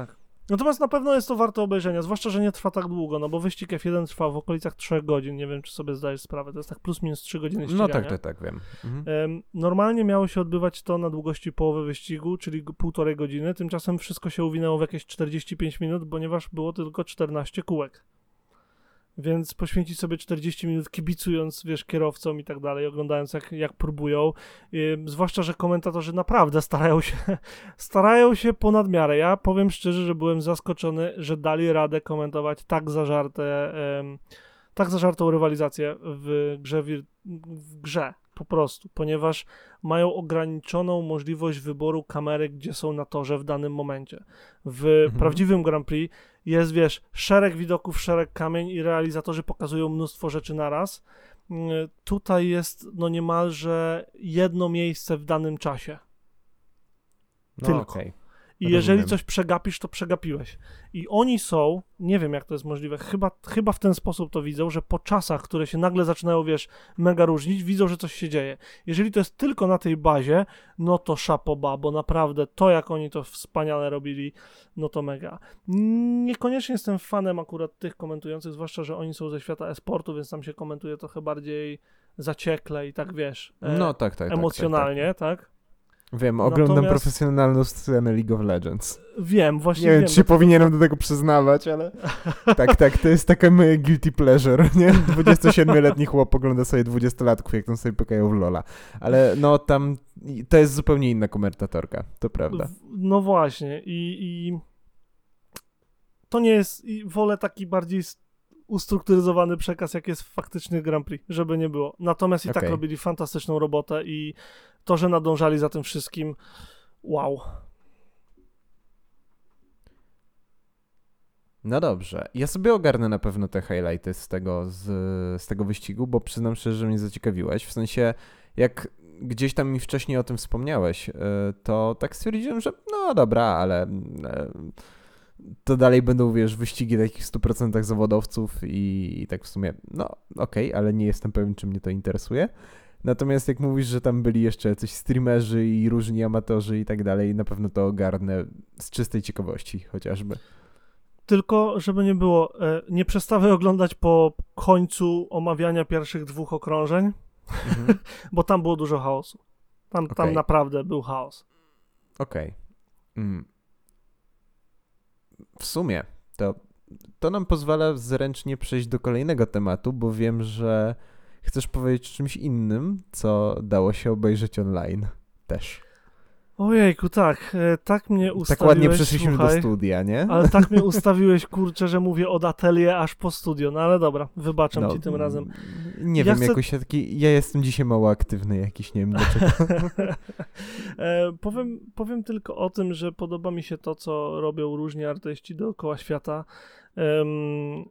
Natomiast na pewno jest to warte obejrzenia, zwłaszcza, że nie trwa tak długo, no bo wyścig F jeden trwa w okolicach trzech godzin, nie wiem, czy sobie zdajesz sprawę, to jest tak plus minus trzy godziny ścigania. No tak, tak, tak, wiem. Mhm. Normalnie miało się odbywać to na długości połowy wyścigu, czyli półtorej godziny, tymczasem wszystko się uwinęło w jakieś czterdzieści pięć minut, ponieważ było tylko czternaście kółek. Więc poświęcić sobie czterdzieści minut kibicując, wiesz, kierowcom i tak dalej, oglądając jak, jak próbują. Yy, zwłaszcza, że komentatorzy naprawdę starają się, starają się ponad miarę. Ja powiem szczerze, że byłem zaskoczony, że dali radę komentować tak zażarte, yy, tak zażartą rywalizację w grze, w, w grze po prostu, ponieważ mają ograniczoną możliwość wyboru kamery, gdzie są na torze w danym momencie. W mhm. prawdziwym Grand Prix jest, wiesz, szereg widoków, szereg kamień i realizatorzy pokazują mnóstwo rzeczy naraz. Tutaj jest no niemalże jedno miejsce w danym czasie. No, Tylko. Okay. I jeżeli coś przegapisz, to przegapiłeś. I oni są, nie wiem jak to jest możliwe, chyba, chyba w ten sposób to widzą, że po czasach, które się nagle zaczynają, wiesz, mega różnić, widzą, że coś się dzieje. Jeżeli to jest tylko na tej bazie, no to szapoba, bo naprawdę to, jak oni to wspaniale robili, no to mega. Niekoniecznie jestem fanem akurat tych komentujących, zwłaszcza, że oni są ze świata e-sportu, więc tam się komentuje trochę bardziej zaciekle i tak, wiesz, e- no, tak, tak, emocjonalnie, tak? tak, tak. Wiem, oglądam Natomiast... profesjonalną scenę League of Legends. Wiem, właśnie Nie wiem, wiem, czy się powinienem do tego przyznawać, ale tak, tak, to jest takie moje guilty pleasure, nie? dwudziestosiedmioletni chłop ogląda sobie dwudziestolatków, jak tam sobie pykają w lola. Ale no tam, to jest zupełnie inna komentatorka, to prawda. No właśnie i, i to nie jest, i wolę taki bardziej ustrukturyzowany przekaz, jak jest w faktycznych Grand Prix, żeby nie było. Natomiast i okay. tak robili fantastyczną robotę i to, że nadążali za tym wszystkim, wow. No dobrze. Ja sobie ogarnę na pewno te highlighty z tego, z, z tego wyścigu, bo przyznam szczerze, że mnie zaciekawiłeś. W sensie, jak gdzieś tam mi wcześniej o tym wspomniałeś, to tak stwierdziłem, że no dobra, ale to dalej będą, wiesz, wyścigi takich w stu procentach zawodowców i, i tak w sumie, no okej, okay, ale nie jestem pewien, czy mnie to interesuje. Natomiast jak mówisz, że tam byli jeszcze jacyś streamerzy i różni amatorzy i tak dalej, na pewno to ogarnę z czystej ciekawości chociażby. Tylko, żeby nie było, nie przestawaj oglądać po końcu omawiania pierwszych dwóch okrążeń, mhm. bo tam było dużo chaosu. Tam, okay. tam naprawdę był chaos. Okej. Okay. Mm. W sumie to, to nam pozwala zręcznie przejść do kolejnego tematu, bo wiem, że chcesz powiedzieć o czymś innym, co dało się obejrzeć online też. Ojejku, tak, tak mnie ustawiłeś, tak ładnie przyszliśmy słuchaj, do studia, nie? Ale tak mnie ustawiłeś, kurczę, że mówię od atelier aż po studio, no ale dobra, wybaczam no, ci tym razem. Nie ja wiem, chcę... jakoś taki, ja jestem dzisiaj mało aktywny jakiś, nie wiem dlaczego. e, powiem, powiem tylko o tym, że podoba mi się to, co robią różni artyści dookoła świata, um,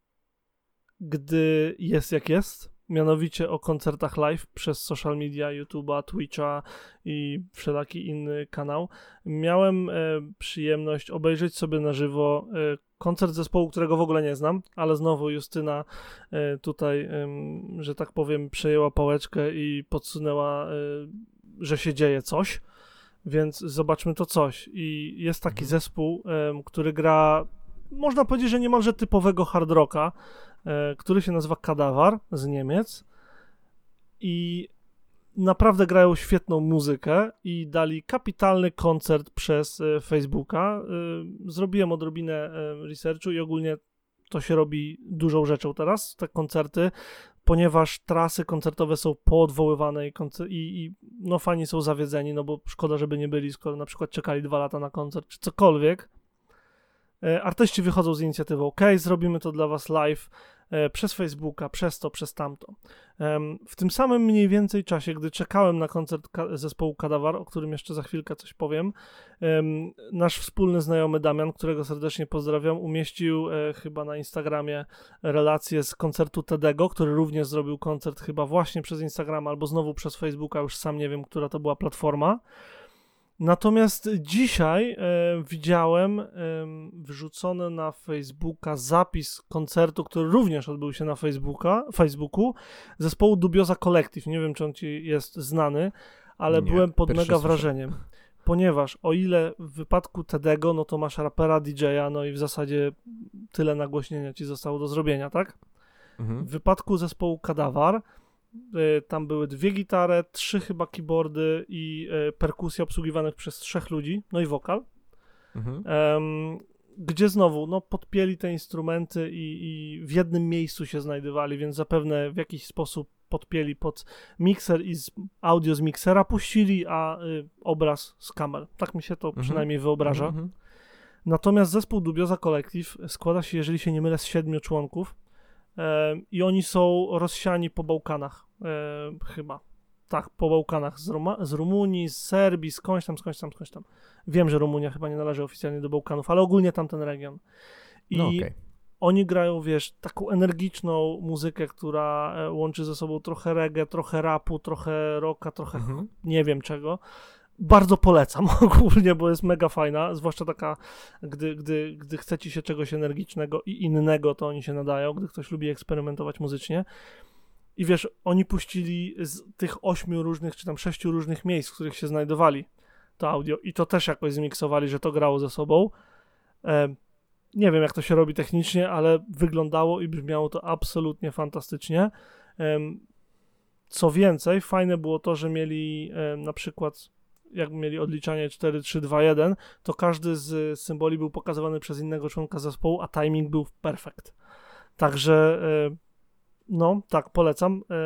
gdy jest jak jest. Mianowicie o koncertach live przez social media, YouTube'a, Twitcha i wszelaki inny kanał. Miałem e, przyjemność obejrzeć sobie na żywo e, koncert zespołu, którego w ogóle nie znam, ale znowu Justyna e, tutaj, e, że tak powiem, przejęła pałeczkę i podsunęła, e, że się dzieje coś, więc zobaczmy to coś. I jest taki zespół, e, który gra, można powiedzieć, że niemalże typowego hard rocka, który się nazywa Kadawar z Niemiec i naprawdę grają świetną muzykę i dali kapitalny koncert przez Facebooka. Zrobiłem odrobinę researchu i ogólnie to się robi dużą rzeczą teraz, te koncerty, ponieważ trasy koncertowe są poodwoływane i, koncer- i, i no fani są zawiedzeni, no bo szkoda, żeby nie byli, skoro na przykład czekali dwa lata na koncert czy cokolwiek. Artyści wychodzą z inicjatywą, ok, zrobimy to dla was live e, przez Facebooka, przez to, przez tamto. E, w tym samym mniej więcej czasie, gdy czekałem na koncert ka- zespołu Kadawar, o którym jeszcze za chwilkę coś powiem, e, nasz wspólny znajomy Damian, którego serdecznie pozdrawiam, umieścił e, chyba na Instagramie relację z koncertu Tedego, który również zrobił koncert chyba właśnie przez Instagrama albo znowu przez Facebooka, już sam nie wiem, która to była platforma. Natomiast dzisiaj e, widziałem e, wrzucony na Facebooka zapis koncertu, który również odbył się na Facebooka, Facebooku, zespołu Dubioza Collective. Nie wiem, czy on ci jest znany, ale nie, byłem pod mega wrażeniem. Ponieważ o ile w wypadku Tedego, no to masz rapera, D J a, no i w zasadzie tyle nagłośnienia ci zostało do zrobienia, tak? Mhm. W wypadku zespołu Kadawar y, tam były dwie gitary, trzy chyba keyboardy i y, perkusja obsługiwanych przez trzech ludzi, no i wokal. Mhm. Um, gdzie znowu, no podpięli te instrumenty i, i w jednym miejscu się znajdowali, więc zapewne w jakiś sposób podpięli pod mikser i z, audio z miksera puścili, a y, obraz z kamer. Tak mi się to Mhm. przynajmniej wyobraża. Mhm. Natomiast zespół Dubioza Collective składa się, jeżeli się nie mylę, z siedmiu członków e, i oni są rozsiani po Bałkanach e, chyba. Tak, po Bałkanach z, Roma- z Rumunii, z Serbii, skądś tam, skądś tam, skądś tam. Wiem, że Rumunia chyba nie należy oficjalnie do Bałkanów, ale ogólnie tamten region. I No okay. oni grają, wiesz, taką energiczną muzykę, która e, łączy ze sobą trochę reggae, trochę rapu, trochę rocka, trochę Mhm. nie wiem czego. Bardzo polecam ogólnie, bo jest mega fajna, zwłaszcza taka, gdy, gdy, gdy chce ci się czegoś energicznego i innego, to oni się nadają, gdy ktoś lubi eksperymentować muzycznie. I wiesz, oni puścili z tych ośmiu różnych, czy tam sześciu różnych miejsc, w których się znajdowali to audio i to też jakoś zmiksowali, że to grało ze sobą. E, nie wiem, jak to się robi technicznie, ale wyglądało i brzmiało to absolutnie fantastycznie. E, co więcej, fajne było to, że mieli e, na przykład jak mieli odliczanie cztery, trzy, dwa, jeden, to każdy z symboli był pokazywany przez innego członka zespołu, a timing był perfekt. Także e, no, tak, polecam. E,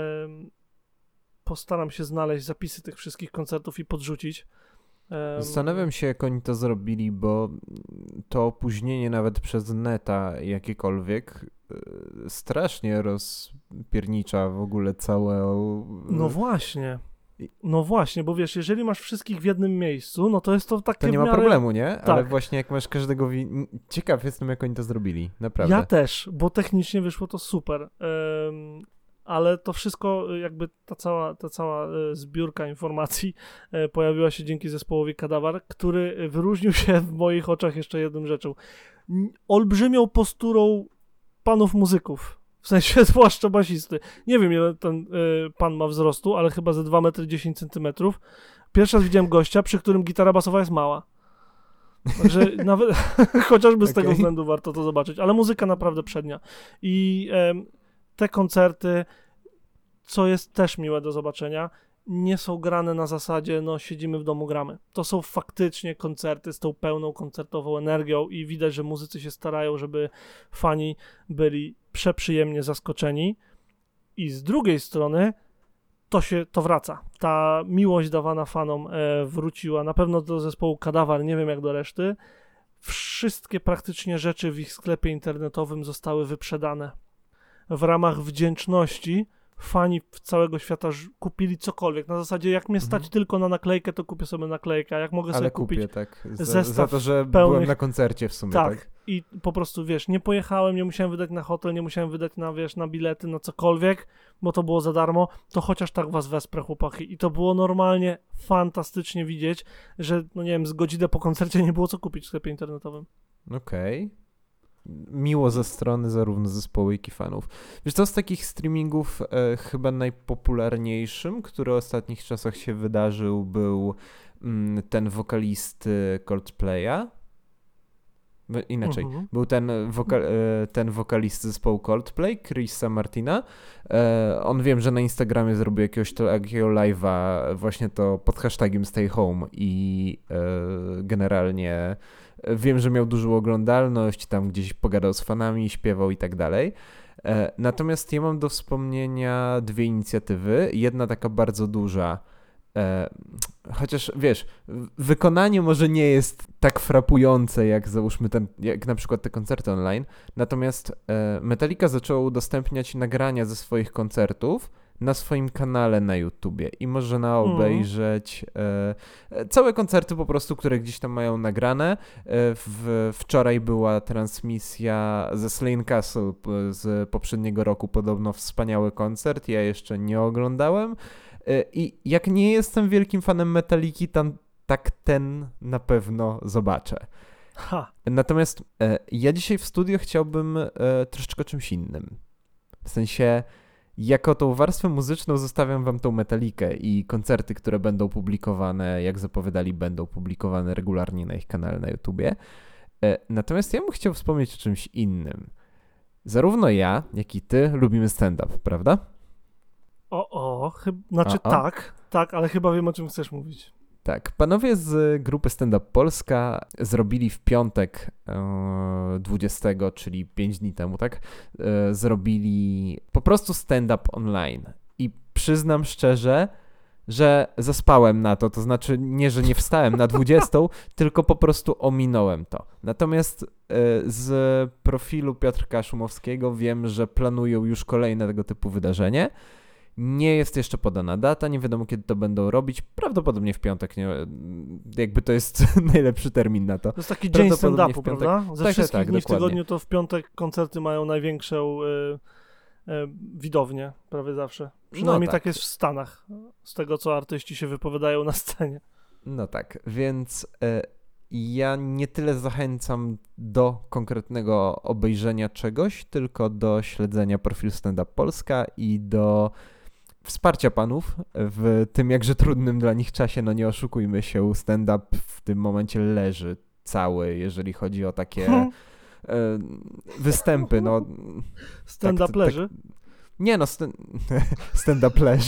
postaram się znaleźć zapisy tych wszystkich koncertów i podrzucić. E, Zastanawiam się, jak oni to zrobili, bo to opóźnienie nawet przez neta jakiekolwiek e, strasznie rozpiernicza w ogóle całe... No właśnie. No właśnie, bo wiesz, jeżeli masz wszystkich w jednym miejscu, no to jest to takie To nie ma miarę... problemu, nie? Tak. Ale właśnie jak masz każdego... Wi... Ciekaw jestem, jak oni to zrobili, naprawdę. Ja też, bo technicznie wyszło to super. Um, ale to wszystko, jakby ta cała, ta cała zbiórka informacji e, pojawiła się dzięki zespołowi Kadawar, który wyróżnił się w moich oczach jeszcze jedną rzeczą. Olbrzymią posturą panów muzyków. W sensie zwłaszcza basisty. Nie wiem, ile ten y, pan ma wzrostu, ale chyba ze dwa metry dziesięć centymetrów. Pierwszy raz widziałem gościa, przy którym gitara basowa jest mała. Także nawet chociażby z okay. tego względu warto to zobaczyć. Ale muzyka naprawdę przednia. I y, te koncerty, co jest też miłe do zobaczenia, nie są grane na zasadzie, no siedzimy w domu, gramy. To są faktycznie koncerty z tą pełną koncertową energią i widać, że muzycy się starają, żeby fani byli przeprzyjemnie zaskoczeni. I z drugiej strony to się, to wraca. Ta miłość dawana fanom e, wróciła. Na pewno do zespołu Kadawar, nie wiem jak do reszty. Wszystkie praktycznie rzeczy w ich sklepie internetowym zostały wyprzedane. W ramach wdzięczności fani całego świata kupili cokolwiek. Na zasadzie, jak mnie stać mhm. tylko na naklejkę, to kupię sobie naklejkę. Jak mogę Ale sobie kupię, kupić tak. Za, zestaw za to, że pełnych... byłem na koncercie w sumie, tak. tak? I po prostu, wiesz, nie pojechałem, nie musiałem wydać na hotel, nie musiałem wydać na, wiesz, na bilety, na cokolwiek, bo to było za darmo, to chociaż tak was wesprę, chłopaki. I to było normalnie fantastycznie widzieć, że, no nie wiem, z godzinę po koncercie nie było co kupić w sklepie internetowym. Okej. Okay. Miło ze strony zarówno zespołu, jak i fanów. Wiesz, to z takich streamingów e, chyba najpopularniejszym, który w ostatnich czasach się wydarzył, był mm, ten wokalisty Coldplaya. Inaczej, mhm. był ten, woka- e, ten wokalist zespołu Coldplay, Chrisa Martina. E, on wiem, że na Instagramie zrobił jakiegoś takiego live'a właśnie to pod hashtagiem Stay Home i e, generalnie wiem, że miał dużą oglądalność, tam gdzieś pogadał z fanami, śpiewał i tak dalej. E, natomiast ja mam do wspomnienia dwie inicjatywy. Jedna taka bardzo duża, e, chociaż wiesz, wykonanie może nie jest tak frapujące jak załóżmy ten, jak na przykład te koncerty online, natomiast e, Metallica zaczęła udostępniać nagrania ze swoich koncertów na swoim kanale na YouTubie i można obejrzeć e, całe koncerty po prostu, które gdzieś tam mają nagrane. E, w, wczoraj była transmisja ze Slane Castle z poprzedniego roku, podobno wspaniały koncert, ja jeszcze nie oglądałem e, i jak nie jestem wielkim fanem Metalliki, tam tak ten na pewno zobaczę. Ha. Natomiast e, ja dzisiaj w studio chciałbym e, troszeczkę o czymś innym. W sensie Jako tą warstwę muzyczną zostawiam wam tą Metalikę i koncerty, które będą publikowane, jak zapowiadali, będą publikowane regularnie na ich kanale na YouTubie. Natomiast ja bym chciał wspomnieć o czymś innym. Zarówno ja, jak i ty lubimy stand-up, prawda? O, o, chyba, znaczy o, o. tak, tak, ale chyba wiem, o czym chcesz mówić. Tak, panowie z grupy Stand Up Polska zrobili w piątek e, dwudziestego, czyli pięć dni temu, tak? E, zrobili po prostu stand-up online. I przyznam szczerze, że zaspałem na to, to znaczy nie, że nie wstałem na dwudziestą, tylko po prostu ominąłem to. Natomiast e, z profilu Piotrka Szumowskiego wiem, że planują już kolejne tego typu wydarzenie. Nie jest jeszcze podana data, nie wiadomo kiedy to będą robić, prawdopodobnie w piątek, nie, jakby to jest najlepszy termin na to. To jest taki dzień stand-upu, prawda? Ze tak, wszystkich tak, dni w tygodniu to w piątek koncerty mają największą y, y, widownię prawie zawsze. Przynajmniej no tak. tak jest w Stanach, z tego co artyści się wypowiadają na scenie. No tak, więc y, ja nie tyle zachęcam do konkretnego obejrzenia czegoś, tylko do śledzenia profilu Stand Up Polska i do wsparcia panów w tym jakże trudnym dla nich czasie. No nie oszukujmy się, stand-up w tym momencie leży cały, jeżeli chodzi o takie hmm. e, występy. No, stand-up tak, leży? Tak, nie no, st- stand-up leży.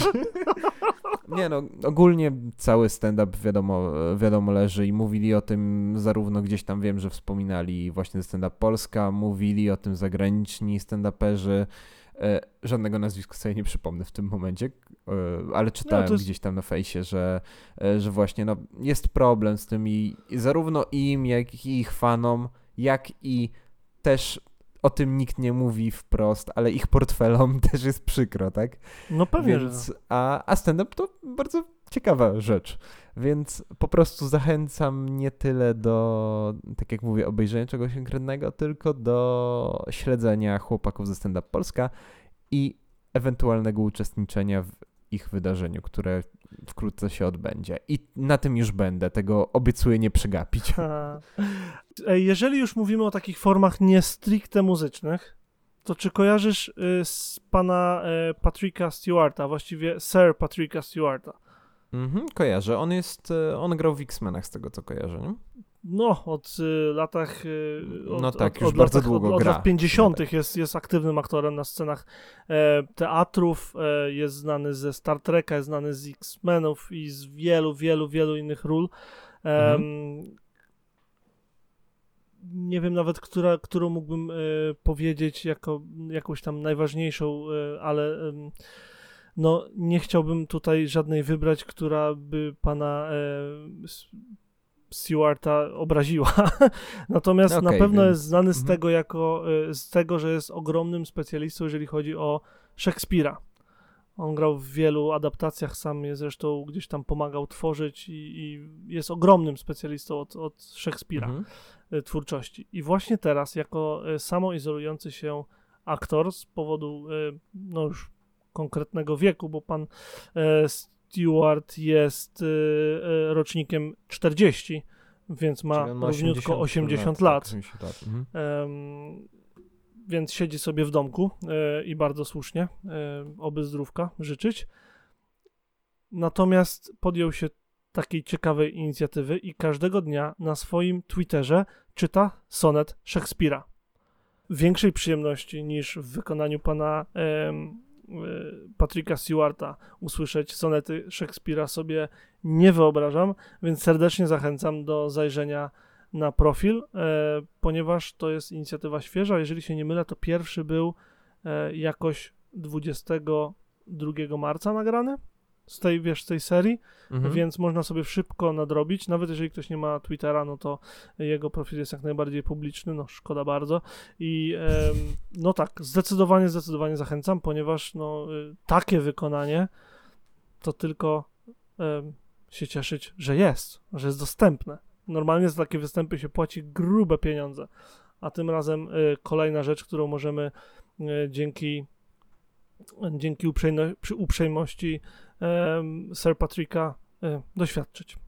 Nie no, ogólnie cały stand-up wiadomo, wiadomo leży i mówili o tym zarówno gdzieś tam, wiem, że wspominali właśnie Stand Up Polska, mówili o tym zagraniczni stand-uperzy. E, żadnego nazwiska sobie nie przypomnę w tym momencie, e, ale czytałem no, jest... gdzieś tam na fejsie, że, e, że właśnie no, jest problem z tym i, i zarówno im, jak i ich fanom, jak i też o tym nikt nie mówi wprost, ale ich portfelom też jest przykro, tak? No pewnie, Więc, że... A, a stand-up to bardzo ciekawa rzecz, więc po prostu zachęcam nie tyle do, tak jak mówię, obejrzenia czegoś konkretnego, tylko do śledzenia chłopaków ze Stand Up Polska i ewentualnego uczestniczenia w ich wydarzeniu, które wkrótce się odbędzie. I na tym już będę, tego obiecuję nie przegapić. Ha. Jeżeli już mówimy o takich formach nie stricte muzycznych, to czy kojarzysz y, z pana y, Patricka Stewarta, właściwie Sir Patricka Stewarta? Mhm, kojarzę. On jest, on grał w X-Menach z tego, co kojarzę, nie? No, od y, latach... Y, od, no tak, od, już od bardzo latach, długo od, gra. Od lat pięćdziesiątych jest, jest aktywnym aktorem na scenach e, teatrów, e, jest znany ze Star Treka, jest znany z X-Menów i z wielu, wielu, wielu innych ról. E, mhm. Nie wiem nawet, która, którą mógłbym e, powiedzieć jako jakąś tam najważniejszą, e, ale... E, no, nie chciałbym tutaj żadnej wybrać, która by pana e, Stewarta obraziła. Natomiast okay, na pewno więc... jest znany z, mhm. tego jako, z tego, że jest ogromnym specjalistą, jeżeli chodzi o Szekspira. On grał w wielu adaptacjach, sam je zresztą gdzieś tam pomagał tworzyć i, i jest ogromnym specjalistą od, od Szekspira mhm. twórczości. I właśnie teraz, jako samoizolujący się aktor z powodu, no już konkretnego wieku, bo pan e, Stewart jest e, rocznikiem czterdzieści, więc ma równiutko osiemdziesiąt lat. lat. lat. Mhm. E, więc siedzi sobie w domku e, i bardzo słusznie, e, oby zdrówka życzyć. Natomiast podjął się takiej ciekawej inicjatywy i każdego dnia na swoim Twitterze czyta sonet Szekspira. Większej przyjemności niż w wykonaniu pana e, Patricka Stewarta usłyszeć sonety Szekspira sobie nie wyobrażam, więc serdecznie zachęcam do zajrzenia na profil, e, ponieważ to jest inicjatywa świeża. Jeżeli się nie mylę, to pierwszy był e, jakoś dwudziestego drugiego marca nagrany z tej, wiesz, z tej serii, mhm. więc można sobie szybko nadrobić. Nawet jeżeli ktoś nie ma Twittera, no to jego profil jest jak najbardziej publiczny, no szkoda bardzo. I e, no tak, zdecydowanie, zdecydowanie zachęcam, ponieważ no takie wykonanie to tylko e, się cieszyć, że jest, że jest dostępne. Normalnie za takie występy się płaci grube pieniądze, a tym razem y, kolejna rzecz, którą możemy y, dzięki, dzięki uprzejmo- przy uprzejmości y, Sir Patricka y, doświadczyć.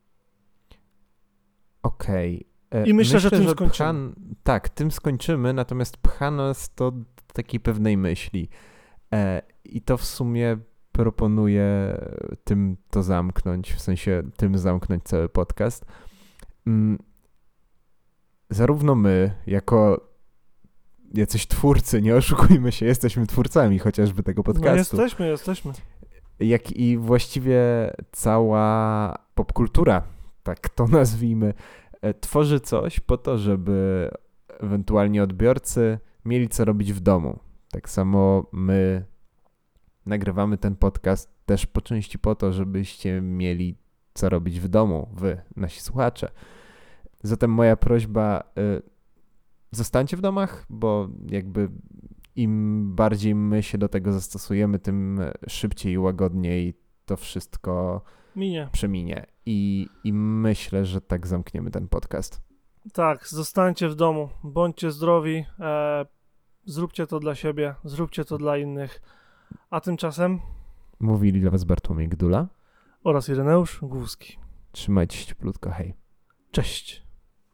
Okej. Okay. I myślę, myślę, że tym że skończymy. Pchan... Tak, tym skończymy, natomiast pcha nas to takiej pewnej myśli. E, I to w sumie proponuję tym to zamknąć, w sensie tym zamknąć cały podcast. Mm, zarówno my, jako jacyś twórcy, nie oszukujmy się, jesteśmy twórcami chociażby tego podcastu. No jesteśmy, jesteśmy. Jak i właściwie cała popkultura, tak to nazwijmy, tworzy coś po to, żeby ewentualnie odbiorcy mieli co robić w domu. Tak samo my nagrywamy ten podcast też po części po to, żebyście mieli co robić w domu, wy, nasi słuchacze. Zatem moja prośba, y, zostańcie w domach, bo jakby im bardziej my się do tego zastosujemy, tym szybciej i łagodniej to wszystko minie. przeminie. I, I myślę, że tak zamkniemy ten podcast. Tak, zostańcie w domu, bądźcie zdrowi, e, zróbcie to dla siebie, zróbcie to dla innych. A tymczasem mówili dla was Bartłomiej Gdula oraz Ireneusz Głuski. Trzymajcie się cieplutko, hej. Cześć.